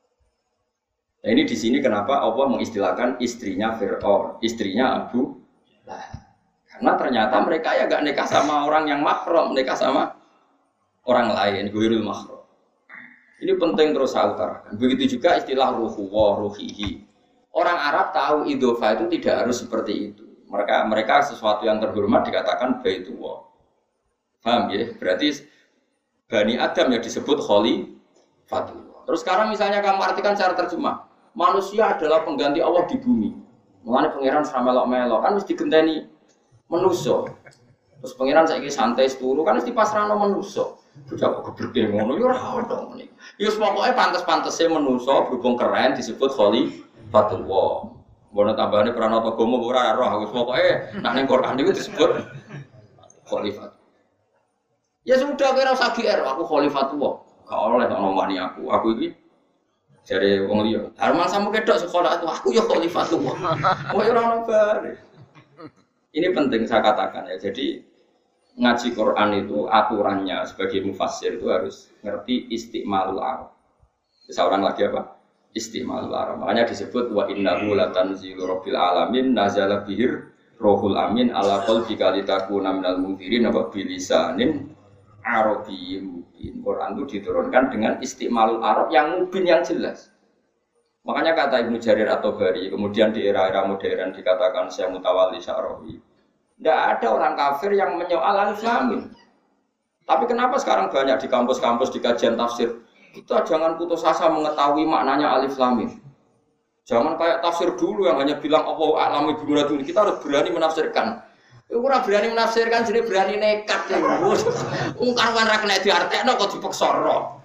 Speaker 2: Nah ini di sini kenapa Allah mengistilahkan istrinya Fir'aun, istrinya Abu Lahab. Karena ternyata mereka ya gak nikah sama orang yang mahram, nikah sama orang lain, ghairul mahram. Ini penting terus saya utarakan. Begitu juga istilah ruhuwah, ruhihi. Orang Arab tahu idhofah itu tidak harus seperti itu. Mereka sesuatu yang terhormat dikatakan baitullah. Paham ya? Berarti Bani Adam yang disebut khalifatullah. Terus sekarang misalnya kamu artikan secara terjemah, manusia adalah pengganti Allah di bumi. Mulane pangeran samelok-melok kan mesti digenteni manusa. Terus pangeran saiki santai seturu kan mesti pasrahno manusa. Bocah kok gebreke ngono ya ora ono ngene. Ya pokoke pantes-pantese manusa berhubung keren disebut khalifatullah. Bono tambahane pranata agama ora roh wis pokoke nek ning Quran niku disebut khalifat. Ya sudah kowe ora usah GR aku khalifatullah. Gak oleh tak nomani aku. Aku iki jare wong liya. Arman sampe kedok sekolah itu aku ya khalifatullah. Kok ora ono bare. Ini penting saya katakan ya. Jadi ngaji Quran itu aturannya sebagai mufassir itu harus ngerti istimalul arab. Seorang lagi apa? Istimalul arab. Makanya disebut wa innahu latanzilu rabbil alamin nazala bihir rohul amin ala qalbika litakuna minal munzirin wa bilisanin arabiyyin mubin. Quran itu diturunkan dengan istimalul arab yang mubin yang jelas. Makanya kata Ibnu Jarir at-Tabari, kemudian di era-era modern dikatakan Syekh Mutawalli Sya'rawi, tidak ada orang kafir yang menyoal alif lam mim. Tapi kenapa sekarang banyak di kampus-kampus di kajian tafsir kita jangan putus asa mengetahui maknanya alif lam mim. Jangan kayak tafsir dulu yang hanya bilang Allahu a'lam bimuradihi. Kita harus berani menafsirkan. Ora berani menafsirkan jadi berani nekat ya. Wong karuan ra kena diartekno kok dipeksa ro.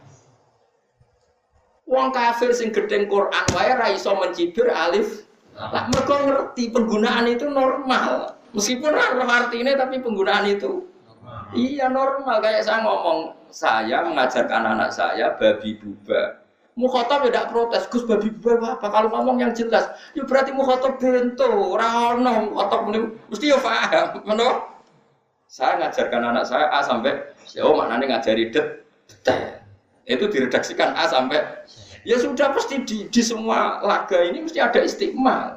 Speaker 2: Wong kafir sing gedeng Quran wae ra iso mencibir alif. Lah mergo ngerti penggunaan itu normal. Meskipun ra roh artine tapi penggunaan itu normal. Iya normal kayak saya ngomong, saya mengajarkan anak saya babi buba. Mukhatab tidak protes, Gus babi buba apa? Kalau ngomong yang jelas, ya berarti mukhatab bento, ora ono mukhatab mesti ya paham, benar? Saya ngajarkan anak saya A sampai oh maknanya ngajari detail. Itu diredaksikan A sampai ya sudah pasti di semua laga ini mesti ada istiqmal.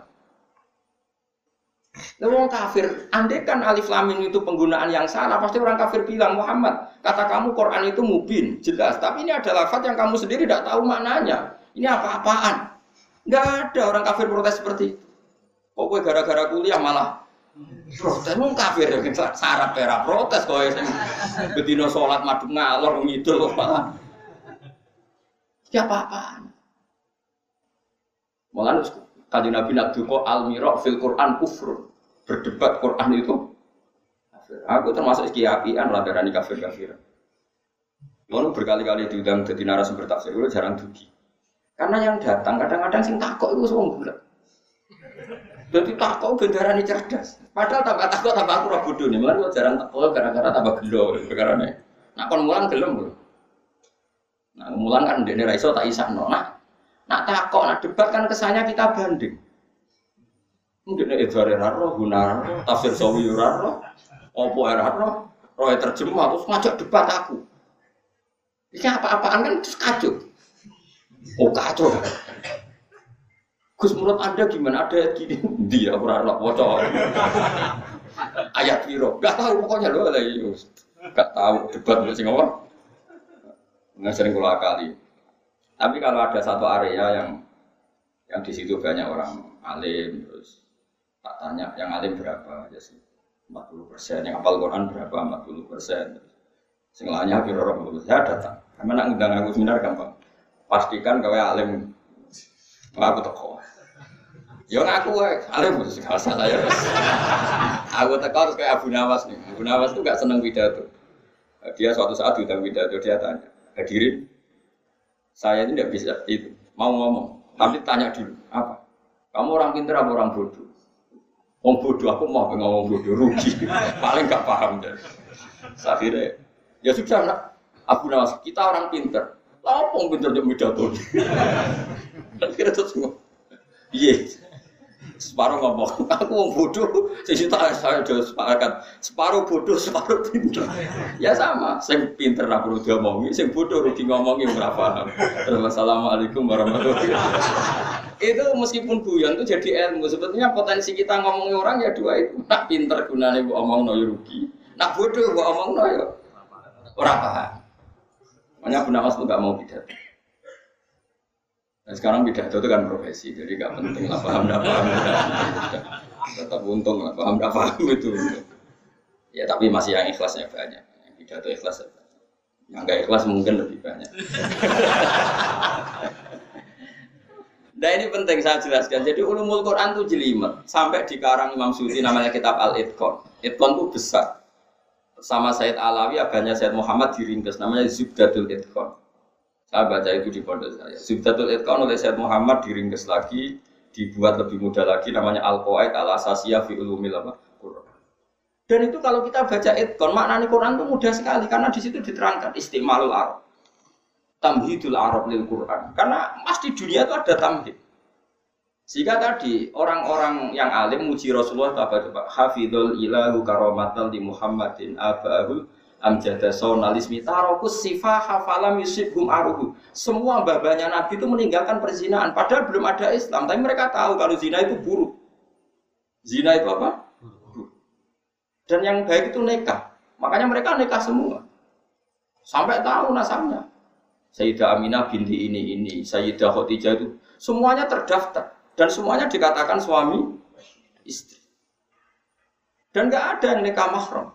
Speaker 2: Nah, orang kafir, andai kan alif lam mim itu penggunaan yang salah, pasti orang kafir bilang Muhammad, kata kamu Quran itu mubin, jelas. Tapi ini ada lafaz yang kamu sendiri tidak tahu maknanya. Ini apa-apaan? Enggak ada orang kafir protes seperti itu. Kok gue gara-gara kuliah malah Protes wong kafir syarat ora protes kowe sing bedino salat madhep ngalor ngidul malah. Ya apa-apaan. Malah Kanjeng Nabi nak duka al-mira' fil Qur'an kufur. Berdebat Quran itu kafir. Aku termasuk kiai-kiaian lah darani kafir-kafiran. Lalu berkali-kali diundang jadi narasumber tafsir, itu jarang dugi. Karena yang datang kadang-kadang sing takok itu wong bulat. Jadi takok gendarani cerdas. Padahal tambah takok tambah aku ora bodoh nih. Malah jarang takok gara-gara tambah gelo perkarane. Nak kon mulang gelem lho. Nah, mulang kan ndekne ra iso tak isahno. Nak takok, nak debat kan kesannya kita banding. Mungkin edhare ra roh, guna tafsir sawi ora roh, apa ora roh, roh terjemah terus ngajak debat aku. Iki apa-apaan kan terus kacau. Oh kacau. Gus menurut Anda gimana? Ada gini dia ora roh waca. Ayat piro? Enggak tahu pokoknya lho lha iki. Enggak tahu debat sing apa. Nggak sering kula kali. Tapi kalau ada satu area yang di situ banyak orang alim, terus tak tanya yang alim berapa aja sih, 40%, yang hafal Quran berapa 40%, sing lainnya kira-kira saya datang. Karena nak ngundang aku seminar gampang, pastikan kowe alim, aku teko. Yo ngaku alim mesti gak salah ya. Aku teko terus kayak Abu Nawas nih. Abu Nawas tuh gak seneng pidato. Dia suatu saat diundang pidato, dia tanya, hadirin. Saya ini tidak bisa itu, mau ngomong, tapi tanya dulu, apa? Kamu orang pintar atau orang bodoh? Orang bodoh, aku mau ngomong bodoh, rugi, paling gak paham deh. Akhirnya, ya sudah nak, Abu Nawas, kita orang pintar, apa yang pintar untuk pidato? Akhirnya terus ngomong, iya, separuh ngomong, aku orang bodoh, saya sudah sepakat, separuh bodoh, separuh pintar. Ya sama, saya pintar aku perlu diomongin, saya bodoh rugi ngomongin berapa. Terus assalamualaikum warahmatullahi wabarakatuh. Itu meskipun guyon itu jadi ilmu. Sebetulnya potensi kita ngomongin orang ya dua itu. Nak pintar gunanya bu omong no ya rugi, nak bodoh bu omong no ya orang paham. Makanya Abu Nawas nggak mau pidato. Nah, sekarang pidato itu kan profesi, jadi nggak penting lah paham nggak paham. Tetap untung lah paham nggak paham itu. Ya tapi masih yang ikhlasnya banyak. Yang pidato ikhlas, yang nggak ikhlas mungkin lebih banyak. Nah ini penting saya jelaskan. Jadi ulumul Quran itu jelimet. Sampai di karang Imam Suyuti namanya kitab Al-Itqan. Itqan itu besar. Sama Sayyid Alawi, abahnya Sayyid Muhammad diringkas namanya Zubdatul Itqan. Saya baca itu di pondok saya. Zubdatul Itqan oleh Sayyid Muhammad diringkas lagi, dibuat lebih mudah lagi namanya Al-Qawaid Al-Asasiyah fi Ulumil Quran. Dan itu kalau kita baca Itqan, maknanya Quran itu mudah sekali karena di situ diterangkan istimalul Arab. Tamhidul Arab lil Quran. Karena mas di dunia itu ada tamhid. Sehingga tadi orang-orang yang alim muji Rasulullah apa hafidhul ilahu karamatal di Muhammadin abahul amjada sonalismi tarokus sifah hafalam yusibhum aruhu. Semua babanya Nabi itu meninggalkan perzinahan. Padahal belum ada Islam. Tapi mereka tahu kalau zina itu buruk. Zina itu apa? Buruk. Dan yang baik itu nikah. Makanya mereka nikah semua. Sampai tahu nasabnya. Sayyidah Aminah binti ini, Sayyidah Khadijah itu semuanya terdaftar dan semuanya dikatakan suami istri. Dan nggak ada yang nikah mahram.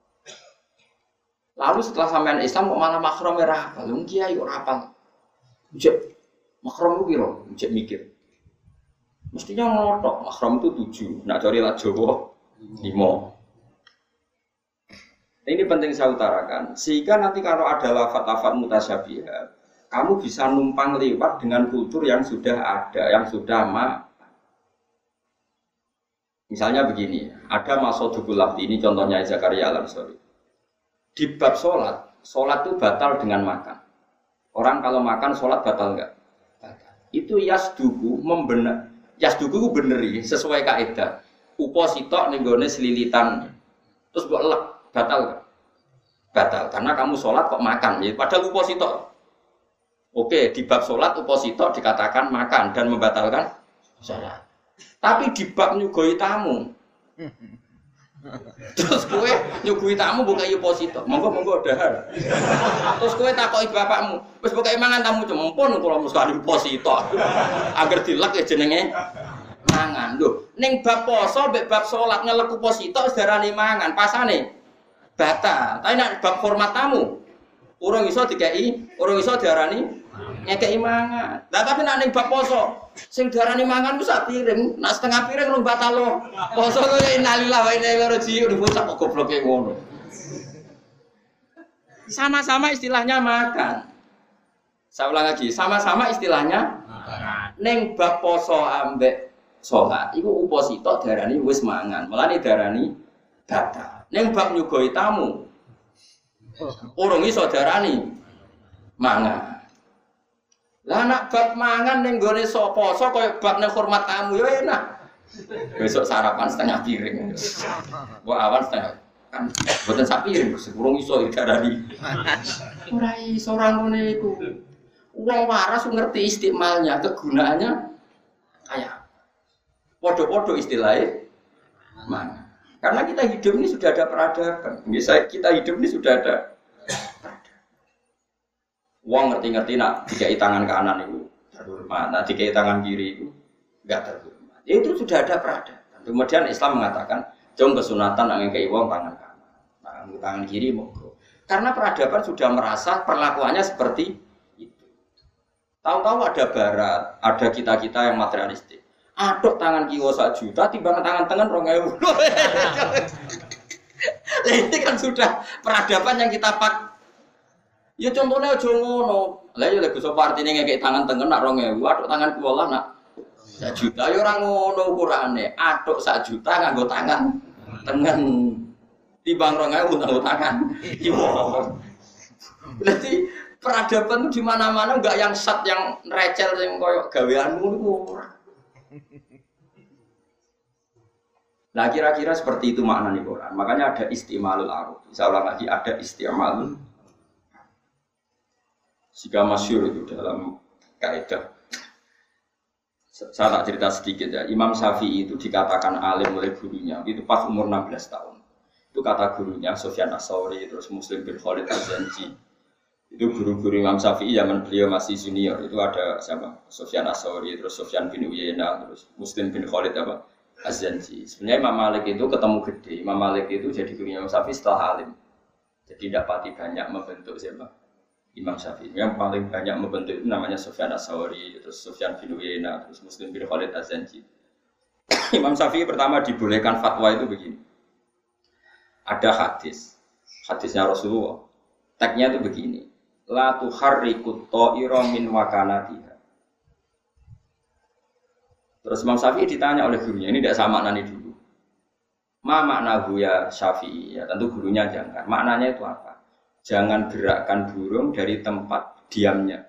Speaker 2: Lalu setelah sampean Islam kok malah mahram merah? Lalu kiai ora apal. Jek mahram ku piro? Jek mikir. Mestinya ngotok mahram itu 7, nak cari lah Jawa 5. Ini penting saya utarakan, sehingga nanti kalau ada lafaz-lafaz mutasyabihat, kamu bisa numpang lewat dengan kultur yang sudah ada, yang sudah Misalnya begini, ada Masodukul Lafdi, ini contohnya Zakaria Al-Ansari. Di bab sholat itu batal dengan makan. Orang kalau makan sholat batal enggak? Batal. Itu yasduku beneri sesuai kaidah. Upo sitok ning gone selilitan. Terus mbok lek batal enggak? Batal karena kamu sholat kok makan. Ya, padahal upo sitok. Oke, di bab sholat upo sitok dikatakan makan dan membatalkan sholat. Tapi di bab nyugoi tamu. Terus kowe nyugoi tamu bukan upo sitok. Monggo dahar. Terus kowe takoki bapakmu, wis pokoke mangan tamu cempon kula mesti upo sitok. Agar dilek ya jenenge mangan. Lho, ning bab poso mbek bab salat ngelek upo sitok wis diarani mangan, pasane batal. Tapi nek bab hormat tamu, urung iso dikeki, urung iso diarani ngekeki mangan. Lah tapi nek ning bab poso, sing diarani mangan ku sak piring, nek setengah piring rung batal lho. Poso kok innalillahi wa inna ilaihi raji'un, bocah kok gobloke ngono. Sama-sama istilahnya makan. Saya ulang lagi, sama-sama istilahnya neng bab poso ambek sholat iku uposito darani wis mangan, melane darani batal. Neng bab nyugoi tamu urung iso darani mangan. Lah nak bab mangan ning gone poso kaya bab ning hormat tamu yo enak. Besok sarapan setengah piring. Mbok awan setengah kan mboten sak piring, urung iso darani. Ora iso ora ngene iku. Wong waras ngerti istimalnya, kegunaannya kayak podo-podo istilahnya mana? Karena kita hidup ini sudah ada peradaban. Misalnya kita hidup ini sudah ada peradaban. Wong ngerti-ngerti nak dikai tangan kanan itu terhormat, nah dikai tangan kiri itu enggak terhormat. Itu sudah ada peradaban. Kemudian Islam mengatakan, jom kesunatan angin kei wong tangan kanan, tangan kiri monggo. Karena peradaban sudah merasa perlakuannya seperti tahu-tahu ada barat, ada kita-kita yang materialistik. Aduk tangan kiwa 1 juta, timbang tangan tengen 2.000. Ini kan sudah peradaban yang kita pak. Ya contohnya aja ngono. Lah ya lek iso partine ngekek tangan tengen nak 2.000, aduk tangan kiwa lah nak 1 juta ya ora ngono ukurane. Aduk 1 juta nganggo tangan tengen. Timbang 2.000 nganggo tangan kiwa. Berarti peradaban itu di mana-mana enggak yang sat yang recel yang koyok gaweanmu niku ora. Nah kira-kira seperti itu makna nih Quran. Makanya ada istimalul aruf. Saya ulang lagi ada istimalul. Jika masyhur itu dalam kaidah. Saya tak cerita sedikit ya. Imam Syafi'i itu dikatakan alim oleh gurunya. Itu pas umur 16 tahun. Itu kata gurunya Sufyan Ats-Tsauri terus Muslim bin Khalid Az-Zanji. Itu guru-guru Imam Syafi'i zaman beliau masih junior. Itu ada siapa? Sufyan Ats-Tsauri, terus Sufyan bin Uyainah, terus Muslim bin Khalid apa? Az-Zanji. Sebenarnya Imam Malik itu ketemu gede. Imam Malik itu jadi guru Imam Syafi'i setelah alim. Jadi dapati banyak membentuk siapa? Imam Syafi'i. Yang paling banyak membentuk itu namanya Sufyan Ats-Tsauri, terus Sufyan bin Uyainah, terus Muslim bin Khalid Az-Zanji. Imam Syafi'i pertama dibolehkan fatwa itu begini. Ada hadis. Hadisnya Rasulullah. Tagnya itu begini. La tuharrikut ta'ira min wakanatiha. Terus Imam Syafi'i ditanya oleh gurunya, ini tidak sama nani dulu. Ma maknahu ya Syafi'i, ya tentu gurunya jangan. Maknanya itu apa? Jangan gerakkan burung dari tempat diamnya.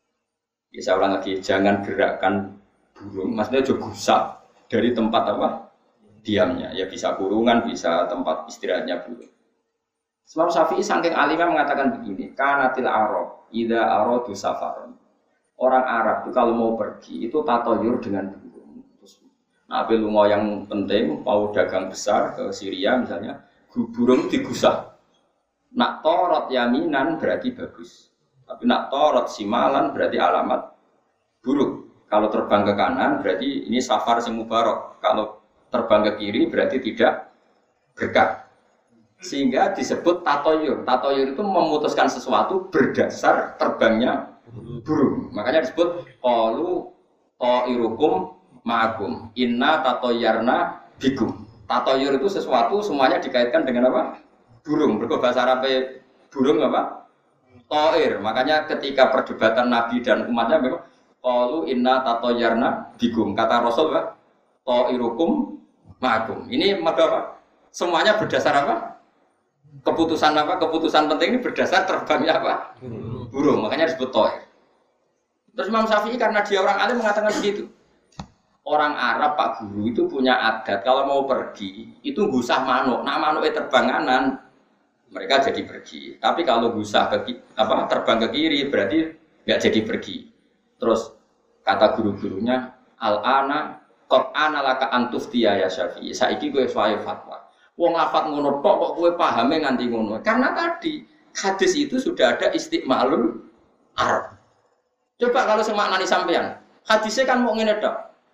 Speaker 2: Ya, saya ulang lagi, jangan gerakkan burung, maksudnya juga gusak dari tempat apa? Diamnya. Ya bisa kurungan, bisa tempat istirahatnya burung. Imam Syafi'i saking alimnya mengatakan begini, kanatil Arab idza aradu safaron. Orang Arab itu kalau mau pergi itu tatoyur dengan burung. Terus nah lunga yang penting mau dagang besar ke Syria misalnya, burung digusah. Nak torot yaminan berarti bagus. Tapi nak torot simalan berarti alamat buruk. Kalau terbang ke kanan berarti ini safar sing mubarok. Kalau terbang ke kiri berarti tidak berkah. Sehingga disebut tatoyur. Tatoyur itu memutuskan sesuatu berdasar terbangnya burung. Makanya disebut qalu ta'irukum ma'akum inna tatoyarna bikum. Tatoyur itu sesuatu semuanya dikaitkan dengan apa? Burung. Berarti bahasa Arab burung apa? Ta'ir. Makanya ketika perdebatan Nabi dan umatnya memang qalu inna tatoyarna bikum. Kata Rasul apa? Ta'irukum ma'akum. Ini maka apa? Semuanya berdasar apa? Keputusan apa? Keputusan penting ini berdasar terbangnya apa? Burung. Makanya disebut ta'ir. Terus Imam Syafi'i karena dia orang alim mengatakan begitu. Orang Arab Pak Guru itu punya adat kalau mau pergi itu gusah manuk. Nah manuknya terbang kanan, mereka jadi pergi. Tapi kalau gusah terbang ke kiri berarti nggak jadi pergi. Terus kata guru-gurunya al-ana qad ana laka antuftiya ya Syafi'i. Saiki kowe suwaye fatwa. Wong lafat ngono tok kok kowe pahame nganti ngono. Karena tadi hadis itu sudah ada istiqmalul Arab. Coba kalau semaknani sampean, hadisnya kan mau ngene tok.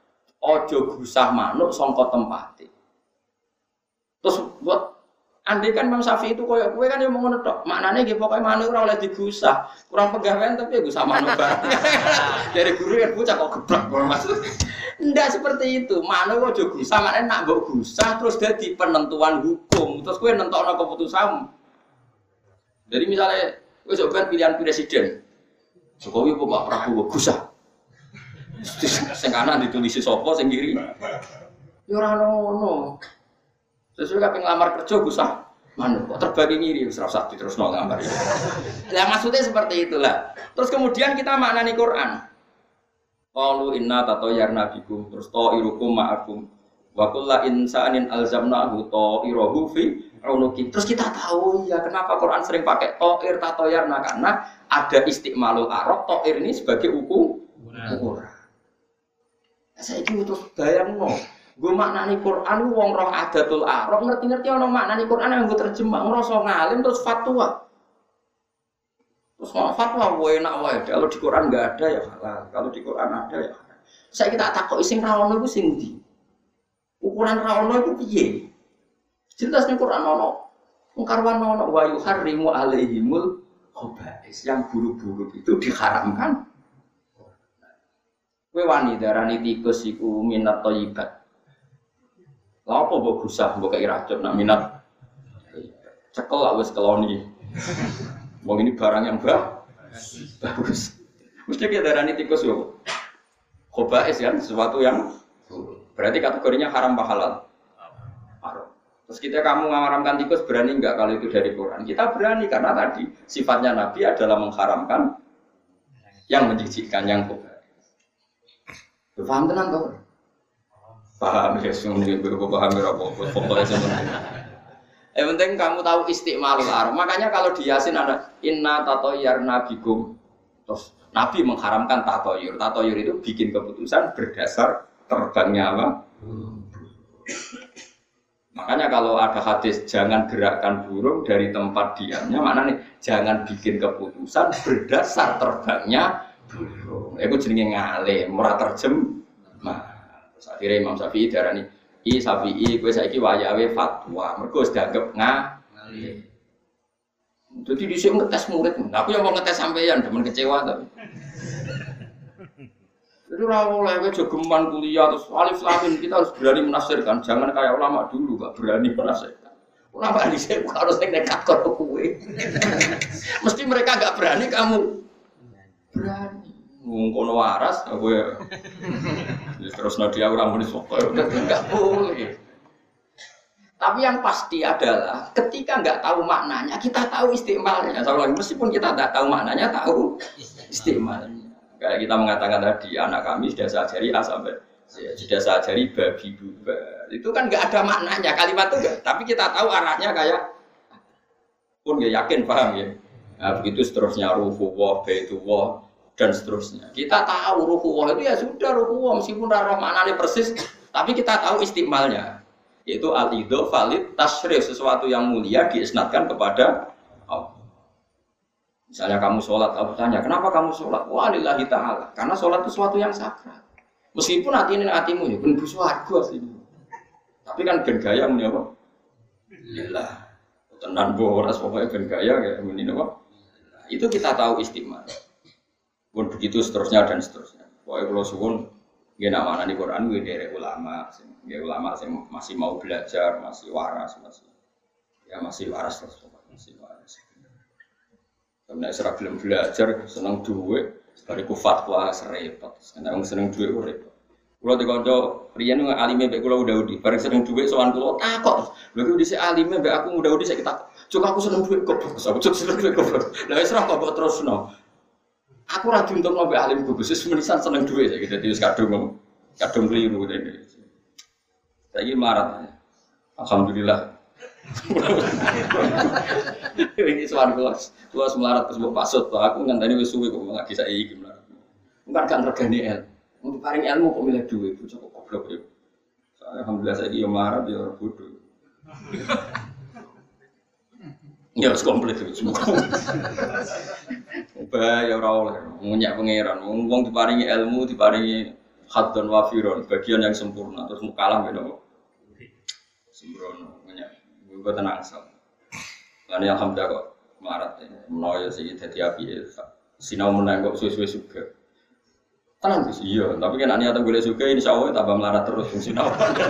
Speaker 2: ojo gusah manuk sangka tempate. Terus buat andai kan Imam Syafi'i itu koyo kowe kan yo mau ngono tok. Maknane nggih pokoke manuk ora oleh digusah. Kurang pegawaian tapi gusah manuk bareng. Dari guru kan bocah kok geblak maksud. Ndak seperti itu. Manuk ojo gusah, maknane nak mbok gusah terus dadi penentuan hukum. Terus kowe nentokno keputusanmu. Jadi misalnya kowe coba pilihan presiden. Jokowi apa Pak Prabowo gusah. Sing kanan ditulisi sapa sing kiri. Ya ora ono. Sesuai kaping lamar kerja gusah manuk kok terbagi ngiri wis ora usah diterusno ngambar. Lah maksudnya seperti itulah. Terus kemudian kita maknani Quran. Qalu inna tatayyarna bikum terus ta'irukum ma'akum wa kullu insanin alzamnahu ta'irahu fi unuki. Terus kita tahu ya kenapa Quran sering pakai ta'ir tatayyarna karena ada istiqmalul arab ta'ir ini sebagai ukuran. Saiki terus bayangno gue maknani Quran, wong roh adatul arab ngerti-ngerti orang maknani Quran yang gue terjemah, ngerasa ngalim terus fatwa. Terus fatwa, gue enak wae. Kalau di Quran nggak ada ya halal, kalau di Quran ada ya halal. Saya kita takut ising rawono itu sing ndi? Ukuran rawono itu piye? Jelas nih Quran ono, mengkarwan ono wa yuharrimu alaihimul khaba'is yang buruk-buruk itu diharamkan. Kowe wani darani tikus iku minat thayyibat. Lah apa mbok gusah mbok kei racun nak minat. Cekel lah wis keloni. Wong ini barang yang bagus. Mesti kita darani tikus yo. Khobais kan sesuatu yang berarti kategorinya haram apa halal? Haram. Terus kamu mengharamkan tikus berani enggak kalau itu dari Quran? Kita berani karena tadi sifatnya Nabi adalah mengharamkan yang menjijikkan yang khobais. Paham tenan kok? Paham ya, semuanya gue paham berapa pokoknya semuanya. Yang penting kamu tahu istiqmalul arab. Makanya kalau di Yasin ada inna tatayyarna bikum. Terus Nabi mengharamkan tatoyur. Tatoyur itu bikin keputusan berdasar terbangnya apa? Makanya kalau ada hadis jangan gerakkan burung dari tempat diamnya, maknanya jangan bikin keputusan berdasar terbangnya burung. Itu jenenge ngalim, ora terjem. Akhirnya Imam Syafi'i darani, Syafi'i kowe saiki wayahe fatwa, mergo wis dianggep ngalim. Jadi dhisik ngetes murid, aku yang mau ngetes sampeyan, demen kecewa tapi. Jadi ora oleh kowe jogeman kuliah terus alif lam kita harus berani menafsirkan, jangan kayak ulama dulu gak berani menafsirkan. Ulama dhisik harus nekat karo kowe. Mesti mereka gak berani, kamu berani. Ngono waras aku ya. Terus dia orang muni sapa enggak boleh. Tapi yang pasti adalah ketika enggak tahu maknanya, kita tahu istimalnya. Meskipun kita enggak tahu maknanya, tahu istimalnya. Kayak kita mengatakan tadi, anak kami sudah saya ajari A sampai sudah saya ajari babi buba. Itu kan enggak ada maknanya kalimat itu enggak, tapi kita tahu arahnya kayak pun ya yakin paham ya. Nah, begitu seterusnya ruhuwah, baitullah dan seterusnya. Kita tahu ruhuwah itu ya sudah ruhuwah meskipun roh maknanya persis, tapi kita tahu istimalnya. Yaitu al-idho valid tasyrif, sesuatu yang mulia diisnadkan kepada Allah. Misalnya kamu sholat, aku tanya, kenapa kamu sholat? Walillahi ta'ala. Karena sholat itu sesuatu yang sakral. Meskipun hatimu ya benar suwarga sih. Tapi kan ben gaya muni apa? Lillah. Tenan boras pokoknya ben gaya kayak muni apa? Itu kita tahu istimal. Pun begitu seterusnya dan seterusnya. Pokoknya kalau suwun nggih nak manani Quran kuwi dari ulama, sing masih mau belajar, masih waras, masih waras terus masih waras. Karena serah belum belajar seneng duit, bariku fatwa serepot. Karena wong seneng duit ora repot. Kulo dikonco riyen alime mbek kula udah-udi, bareng seneng duit sowan kula takok. Lha iki dhisik alime mbek aku udah-udi sik tak. Cuk aku seneng duit kok. Cuk seneng duit kok. Lah wis ora kok terusno. Aku ra diuntung mbek alim gugus wis menisan seneng duit saiki dadi wis kadung keliru dene. Saiki marat. Alhamdulillah. Ini soal kelas melarat terus mbok pasut, aku ngandani wis suwe kok lagi saiki melarat. Bukan kan regane ilmu. Untuk paring ilmu kok milih duit, bocah kok goblok ya. Alhamdulillah saiki yo melarat yo ora bodoh. Ya wis komplit semua. Bah ya ora oleh ngunyak pangeran. Wong diparingi ilmu, diparingi Haddon wafiron, bagian yang sempurna. Terus mau kalah gitu. Sembrono, banyak. Gue tenang asal. Lalu alhamdulillah kok melarat ya. Menawa sih jadi api ya. Sinau menang kok suwe-suwe juga. Tenang sih iya. Tapi kan ani atau boleh juga insya Allah tambah melarat terus sinau.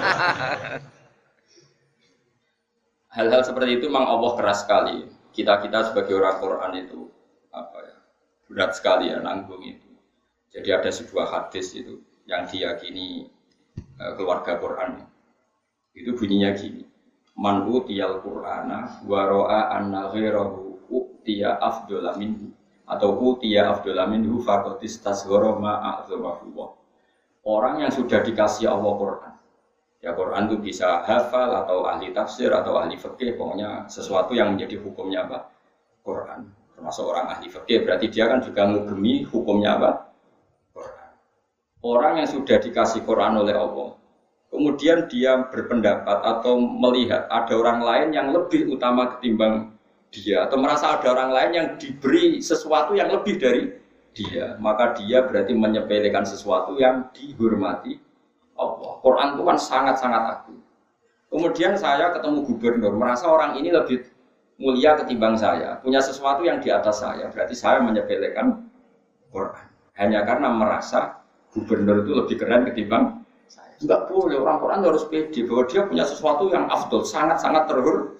Speaker 2: Hal-hal seperti itu memang Allah keras sekali. Kita sebagai orang Quran itu apa ya? Berat sekali ya nanggung itu. Jadi ada sebuah hadis itu yang diyakini keluarga Quran. Itu bunyinya gini. Man utiyal Qur'ana wa ra'a anna ghairahu utiya afdhala minhu atau utiya afdhala minhu faqad istasghara ma a'zamahu. Orang yang sudah dikasih Allah Quran. Ya Quran itu bisa hafal atau ahli tafsir atau ahli fikih, pokoknya sesuatu yang menjadi hukumnya apa? Quran. Termasuk orang ahli fikih berarti dia kan juga ngugemi hukumnya apa? Quran. Orang yang sudah dikasih Quran oleh Allah, kemudian dia berpendapat atau melihat ada orang lain yang lebih utama ketimbang dia, atau merasa ada orang lain yang diberi sesuatu yang lebih dari dia, maka dia berarti menyepelekan sesuatu yang dihormati Allah. Quran itu kan sangat-sangat agung. Kemudian saya ketemu gubernur, merasa orang ini lebih mulia ketimbang saya, punya sesuatu yang di atas saya, berarti saya menyepelekan Quran. Hanya karena merasa gubernur itu lebih keren ketimbang saya. Enggak boleh, orang Quran harus pede bahwa dia punya sesuatu yang afdol, sangat-sangat terhormat.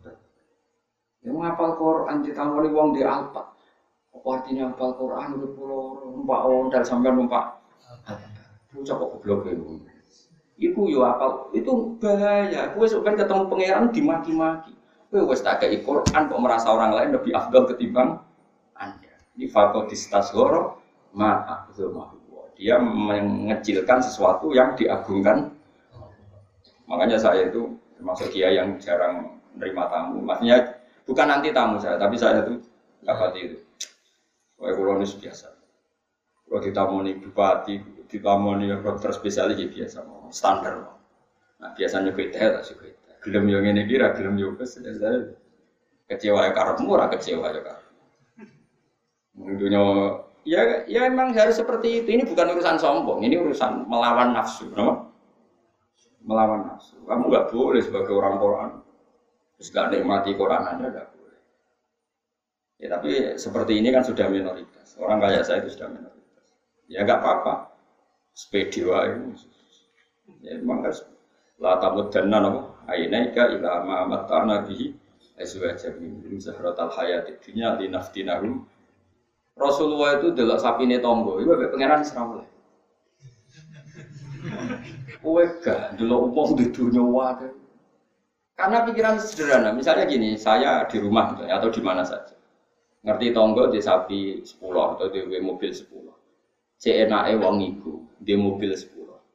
Speaker 2: Yang menghafal Quran ditangani wong di Alpa. Apa artinya hafal Quran itu pulau numpak ondal sampai numpak. Bocah kok goblok itu. Iku yo hafal, itu bahaya. Kowe sok ketemu pangeran dimaki-maki. Kowe wis tak kei Quran kok merasa orang lain lebih afdol ketimbang Anda. Ini faqad istasghara ma a'zamahu. Dia mengecilkan sesuatu yang diagungkan. Makanya saya itu termasuk dia yang jarang menerima tamu. Maksudnya bukan anti tamu saya, tapi saya itu dapat itu. Kayak kolonis biasa. Kalau ditamoni bupati, ditamoni dokter spesialis ya biasa, standar. Nah biasanya beda, tak sih beda. Gelem yang ini kira, gelem juga saya kecewa ya karepmu, ora kecewa ya karep. Tentunya ya memang harus seperti itu. Ini bukan urusan sombong, ini urusan melawan nafsu, no? Melawan nafsu. Kamu nggak boleh sebagai orang Quran, terus nggak nikmati Quran Anda nggak boleh. Ya tapi seperti ini kan sudah minoritas. Orang kayak saya itu sudah minoritas. Ya nggak apa-apa. Sepedi wae. Ya memang harus la tamuddanna nama ainaika ila ma mata'na bihi azwajan min zahratal hayatid dunya linaftinahum. Rasulullah itu delok sapine tangga, iku mek pangeran Israel. Kowe gak delok wong di dunya wae. Karena pikiran sederhana, misalnya gini, saya di rumah gitu, atau di mana saja. Ngerti tangga di sapi 10 atau di mobil 10. Enake wong iku, di mobil 10.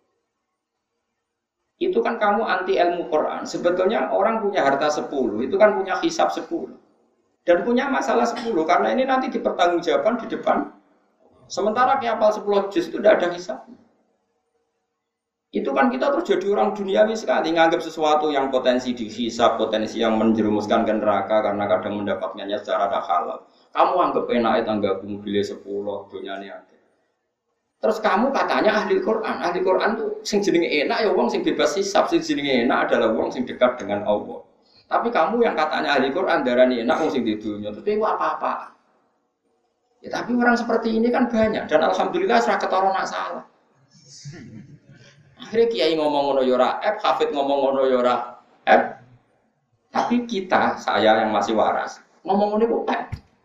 Speaker 2: Itu kan kamu anti ilmu Quran. Sebetulnya orang punya harta 10, itu kan punya hisab 10. Dan punya masalah 10, karena ini nanti dipertanggungjawabkan di depan. Sementara hafal 10 juz itu tidak ada hisabnya. Itu kan kita terus jadi orang duniawi sekali, nganggap sesuatu yang potensi dihisab, potensi yang menjerumuskan ke neraka karena kadang mendapatkannya secara tak halal. Kamu anggap enak tangga mobilnya 10, dunyane akeh. Terus kamu katanya ahli Quran tuh sing jenenge enak ya wong sing bebas hisab, sing jenenge enak adalah wong sing dekat dengan Allah. Tapi kamu yang katanya ahli Quran darani enak wong sing di dunia, tapi itu apa-apa. Ya tapi orang seperti ini kan banyak dan alhamdulillah ora ketara nak salah. Akhirnya kiai ngomong ngono ya ora hafid ngomong ngono ya ora tapi kita, saya yang masih waras, ngomong ngono kok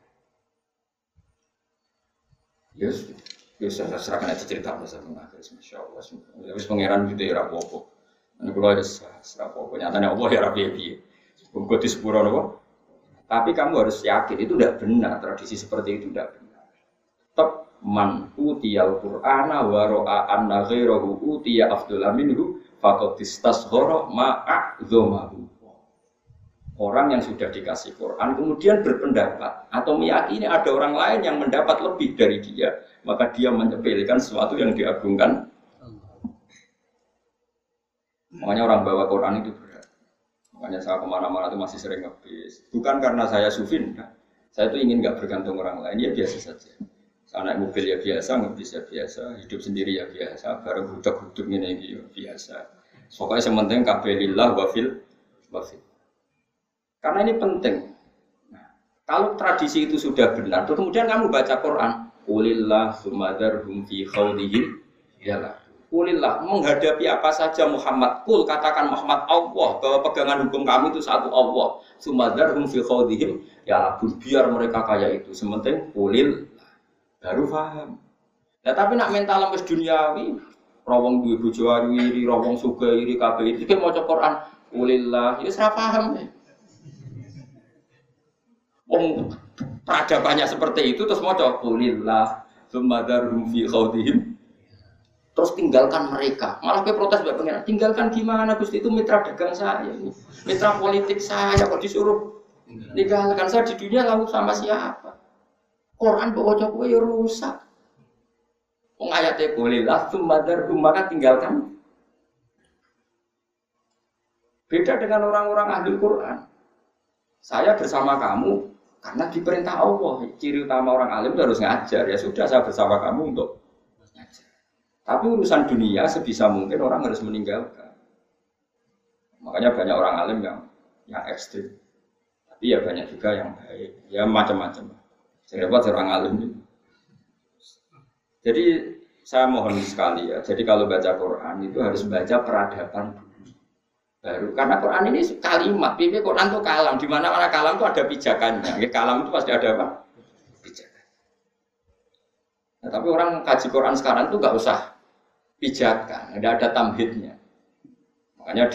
Speaker 2: Yes, saya serahkan aja cerita masa mengakhir, masya Allah. Habis pangeran gitu ya rapopo. Ini kalau ada rapopo, nyatanya Allah ya rapi. Bukan di sepuro loh. Tapi kamu harus yakin itu tidak benar, tradisi seperti itu tidak benar. Tetap man utiyal Qur'ana wa ra'a anna ghairahu utiya afdhala minhu faqad istasghara ma'a'dhamahu. Orang yang sudah dikasih Quran kemudian berpendapat atau meyakini ada orang lain yang mendapat lebih dari dia, maka dia menyepelekan sesuatu yang diagungkan. Makanya orang bawa Quran itu berat. Makanya saya kemana-mana itu masih sering ngebis. Bukan karena saya sufin, nah. Saya itu ingin nggak bergantung orang lain, ya biasa saja. Naik mobil ya biasa, ngebis ya biasa, hidup sendiri ya biasa, bareng huduk-huduk ini ya biasa. Pokoknya sementing kabeh lillah wafil. Karena ini penting. Nah, kalau tradisi itu sudah benar, terus kemudian kamu baca Quran, Qulillah sumadarhum fi khawdihim yalah. Qulillah menghadapi apa saja Muhammad, kul katakan Muhammad Allah bahwa pegangan hukum kami itu satu Allah. Sumadarhum fi khawdihim yalah, biar mereka kaya itu. Sementing qulil baru paham. Nah, tapi nak mental wis duniawi, rawong duwe bojo ayu iri, rawong sugih iri kabeh iki maca Quran, ulillah, ya ora paham. Wong peradabannya seperti itu terus maca ulillah, sumadarhum fi khawdihim. Terus tinggalkan mereka. Malah ke protes mbak pengen, tinggalkan gimana Gusti, itu mitra dagang saya ini. Mitra politik saya kok disuruh tinggalkan, saya di dunia lalu sama siapa? Quran bawa kowe ya rusak. Wong ayate boleh langsung madar maka tinggalkan. Beda dengan orang-orang ahli Quran. Saya bersama kamu karena diperintah Allah. Ciri utama orang alim itu harus ngajar. Ya sudah, saya bersama kamu untuk ngajar. Tapi urusan dunia sebisa mungkin orang harus meninggalkan. Makanya banyak orang alim yang ekstrim. Tapi ya banyak juga yang baik. Ya macam-macam. Saya dapat seorang alim ini. Jadi saya mohon sekali ya. Jadi kalau baca Quran itu harus baca peradaban dulu. Baru karena Quran ini kalimat. Bibi Quran itu kalam. Di mana-mana kalam itu ada pijakannya. Ya, kalam itu pasti ada apa? Pijakan. Nah, tapi orang kaji Quran sekarang itu nggak usah pijakan. Tidak ada tamhidnya. Makanya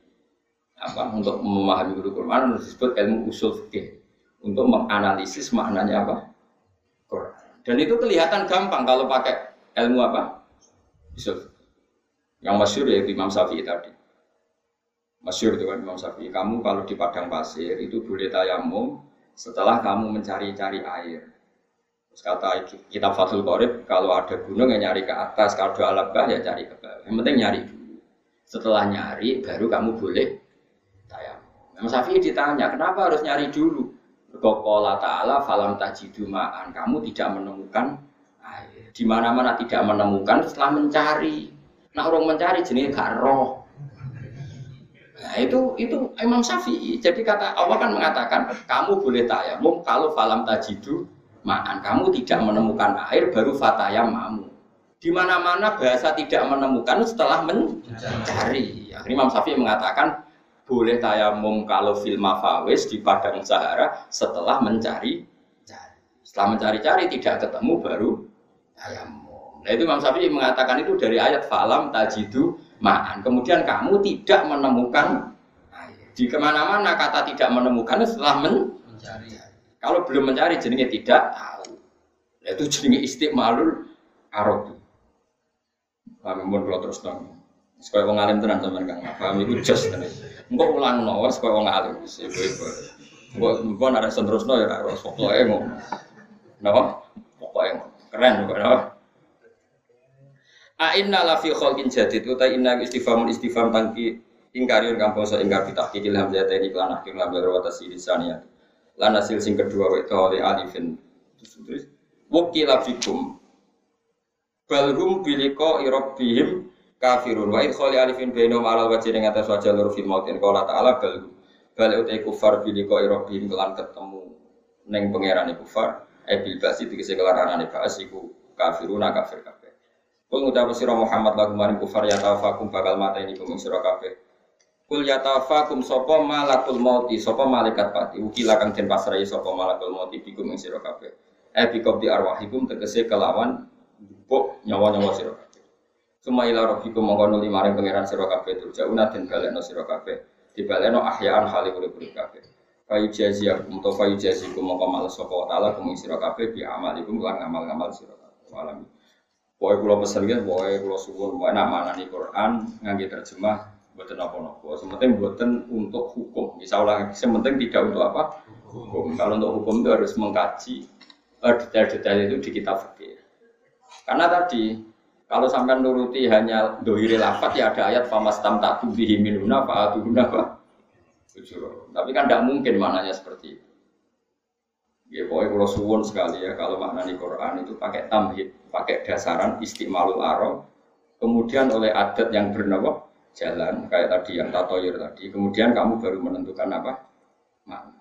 Speaker 2: untuk memahami Quran harus disebut ilmu usul fikih. Untuk menganalisis maknanya apa? Quran. Dan itu kelihatan gampang kalau pakai ilmu apa? Usul. Yang masyhur yaitu Imam Syafi'i tadi. Masyhur itu kan Imam Syafi'i. Kamu kalau di padang pasir itu boleh tayamum setelah kamu mencari-cari air. Terus kata kitab Fathul Qorib, kalau ada gunung yang nyari ke atas, kalau ada alabah ya cari ke bawah. Yang penting nyari dulu. Setelah nyari baru kamu boleh tayamum. Imam Syafi'i ditanya, kenapa harus nyari dulu? Qala ta'ala falam tajidu ma'an, kamu tidak menemukan air. Di mana-mana tidak menemukan setelah mencari. Nah, orang mencari jenenge gak roh. Nah, itu Imam Syafi'i. Jadi kata Allah kan mengatakan kamu boleh tayamum kalau falam tajidu ma'an, kamu tidak menemukan air baru fatayamamu. Di mana-mana bahasa tidak menemukan setelah mencari. Akhirnya Imam Syafi'i mengatakan boleh tayamum kalau fil mafawis di padang Sahara setelah mencari. Setelah mencari-cari tidak ketemu baru tayamum. Nah itu Imam Syafi'i mengatakan itu dari ayat falam tajidu ma'an. Kemudian kamu tidak menemukan air. Di kemana-mana kata tidak menemukan setelah mencari. Kalau belum mencari jenenge tidak tahu. Nah, itu jenenge istiqmalul arab. Kami mun kula terus nang. Supaya wong alim tenan sampean Kang. Paham iku jos tenan. Engko ulangno wis koyo wong alim. Engko nek terusno ya ora pokoke ngono. Napa? Pokoke ngono. Keren kok napa? A inna la fi khalqin jadid uta inna istifham tangki ingkariun kang basa ingkar bitahqiqil hamzah ini lan akhir lam wa tasilisaniyah. Lan hasil sing kedua wa oleh alifin. Terus wakila fikum balhum biliko irabbihim kafirun wa idkhali alifin bainahum alal wajhi ing atas wajah lur fil maut in qala ta'ala bal utai kufar biliko irabbihim kelan ketemu ning pangerane kufar bil basi tegese kelarane bas iku kafiruna kafir kabeh. Kul ngucap sira Muhammad lagu maring kufar ya tafakum bakal mateni kum sira kabeh. Kul ya tafakum sapa malakul mauti sapa malaikat pati ukila kang den pasrahi sapa malakul mauti bikum ing sira kabeh. Bikum di arwahikum tegese kelawan buk nyawa-nyawa sira kabeh. Sumaila rabbikum mongko nuli maring pangeran sira kabeh turjauna den balekno sira kabeh dibalekno ahyaan hale urip-urip kabeh kayu jaziakum to kayu jazikum mongko males sapa taala kum sira kabeh bi amalikum lan ngamal-ngamal sira kabeh alami pokoke kula pesen nggih pokoke kula suwun pokoke nak manani Quran ngangge terjemah mboten napa-napa sementing mboten untuk hukum insyaallah sementing tidak untuk apa hukum kalau untuk hukum itu harus mengkaji detail-detail itu di kitab fikih karena tadi kalau sampai nuruti hanya dohiri lafat ya ada ayat famastam tak tubihi minuna fa'atuhuna apa? Tapi kan tidak mungkin maknanya seperti itu. Ya pokoknya kalau suwun sekali ya kalau maknani Quran itu pakai tamhid, pakai dasaran istimalul arab, kemudian oleh adat yang bernama jalan kayak tadi yang tatoyir tadi, kemudian kamu baru menentukan apa makna.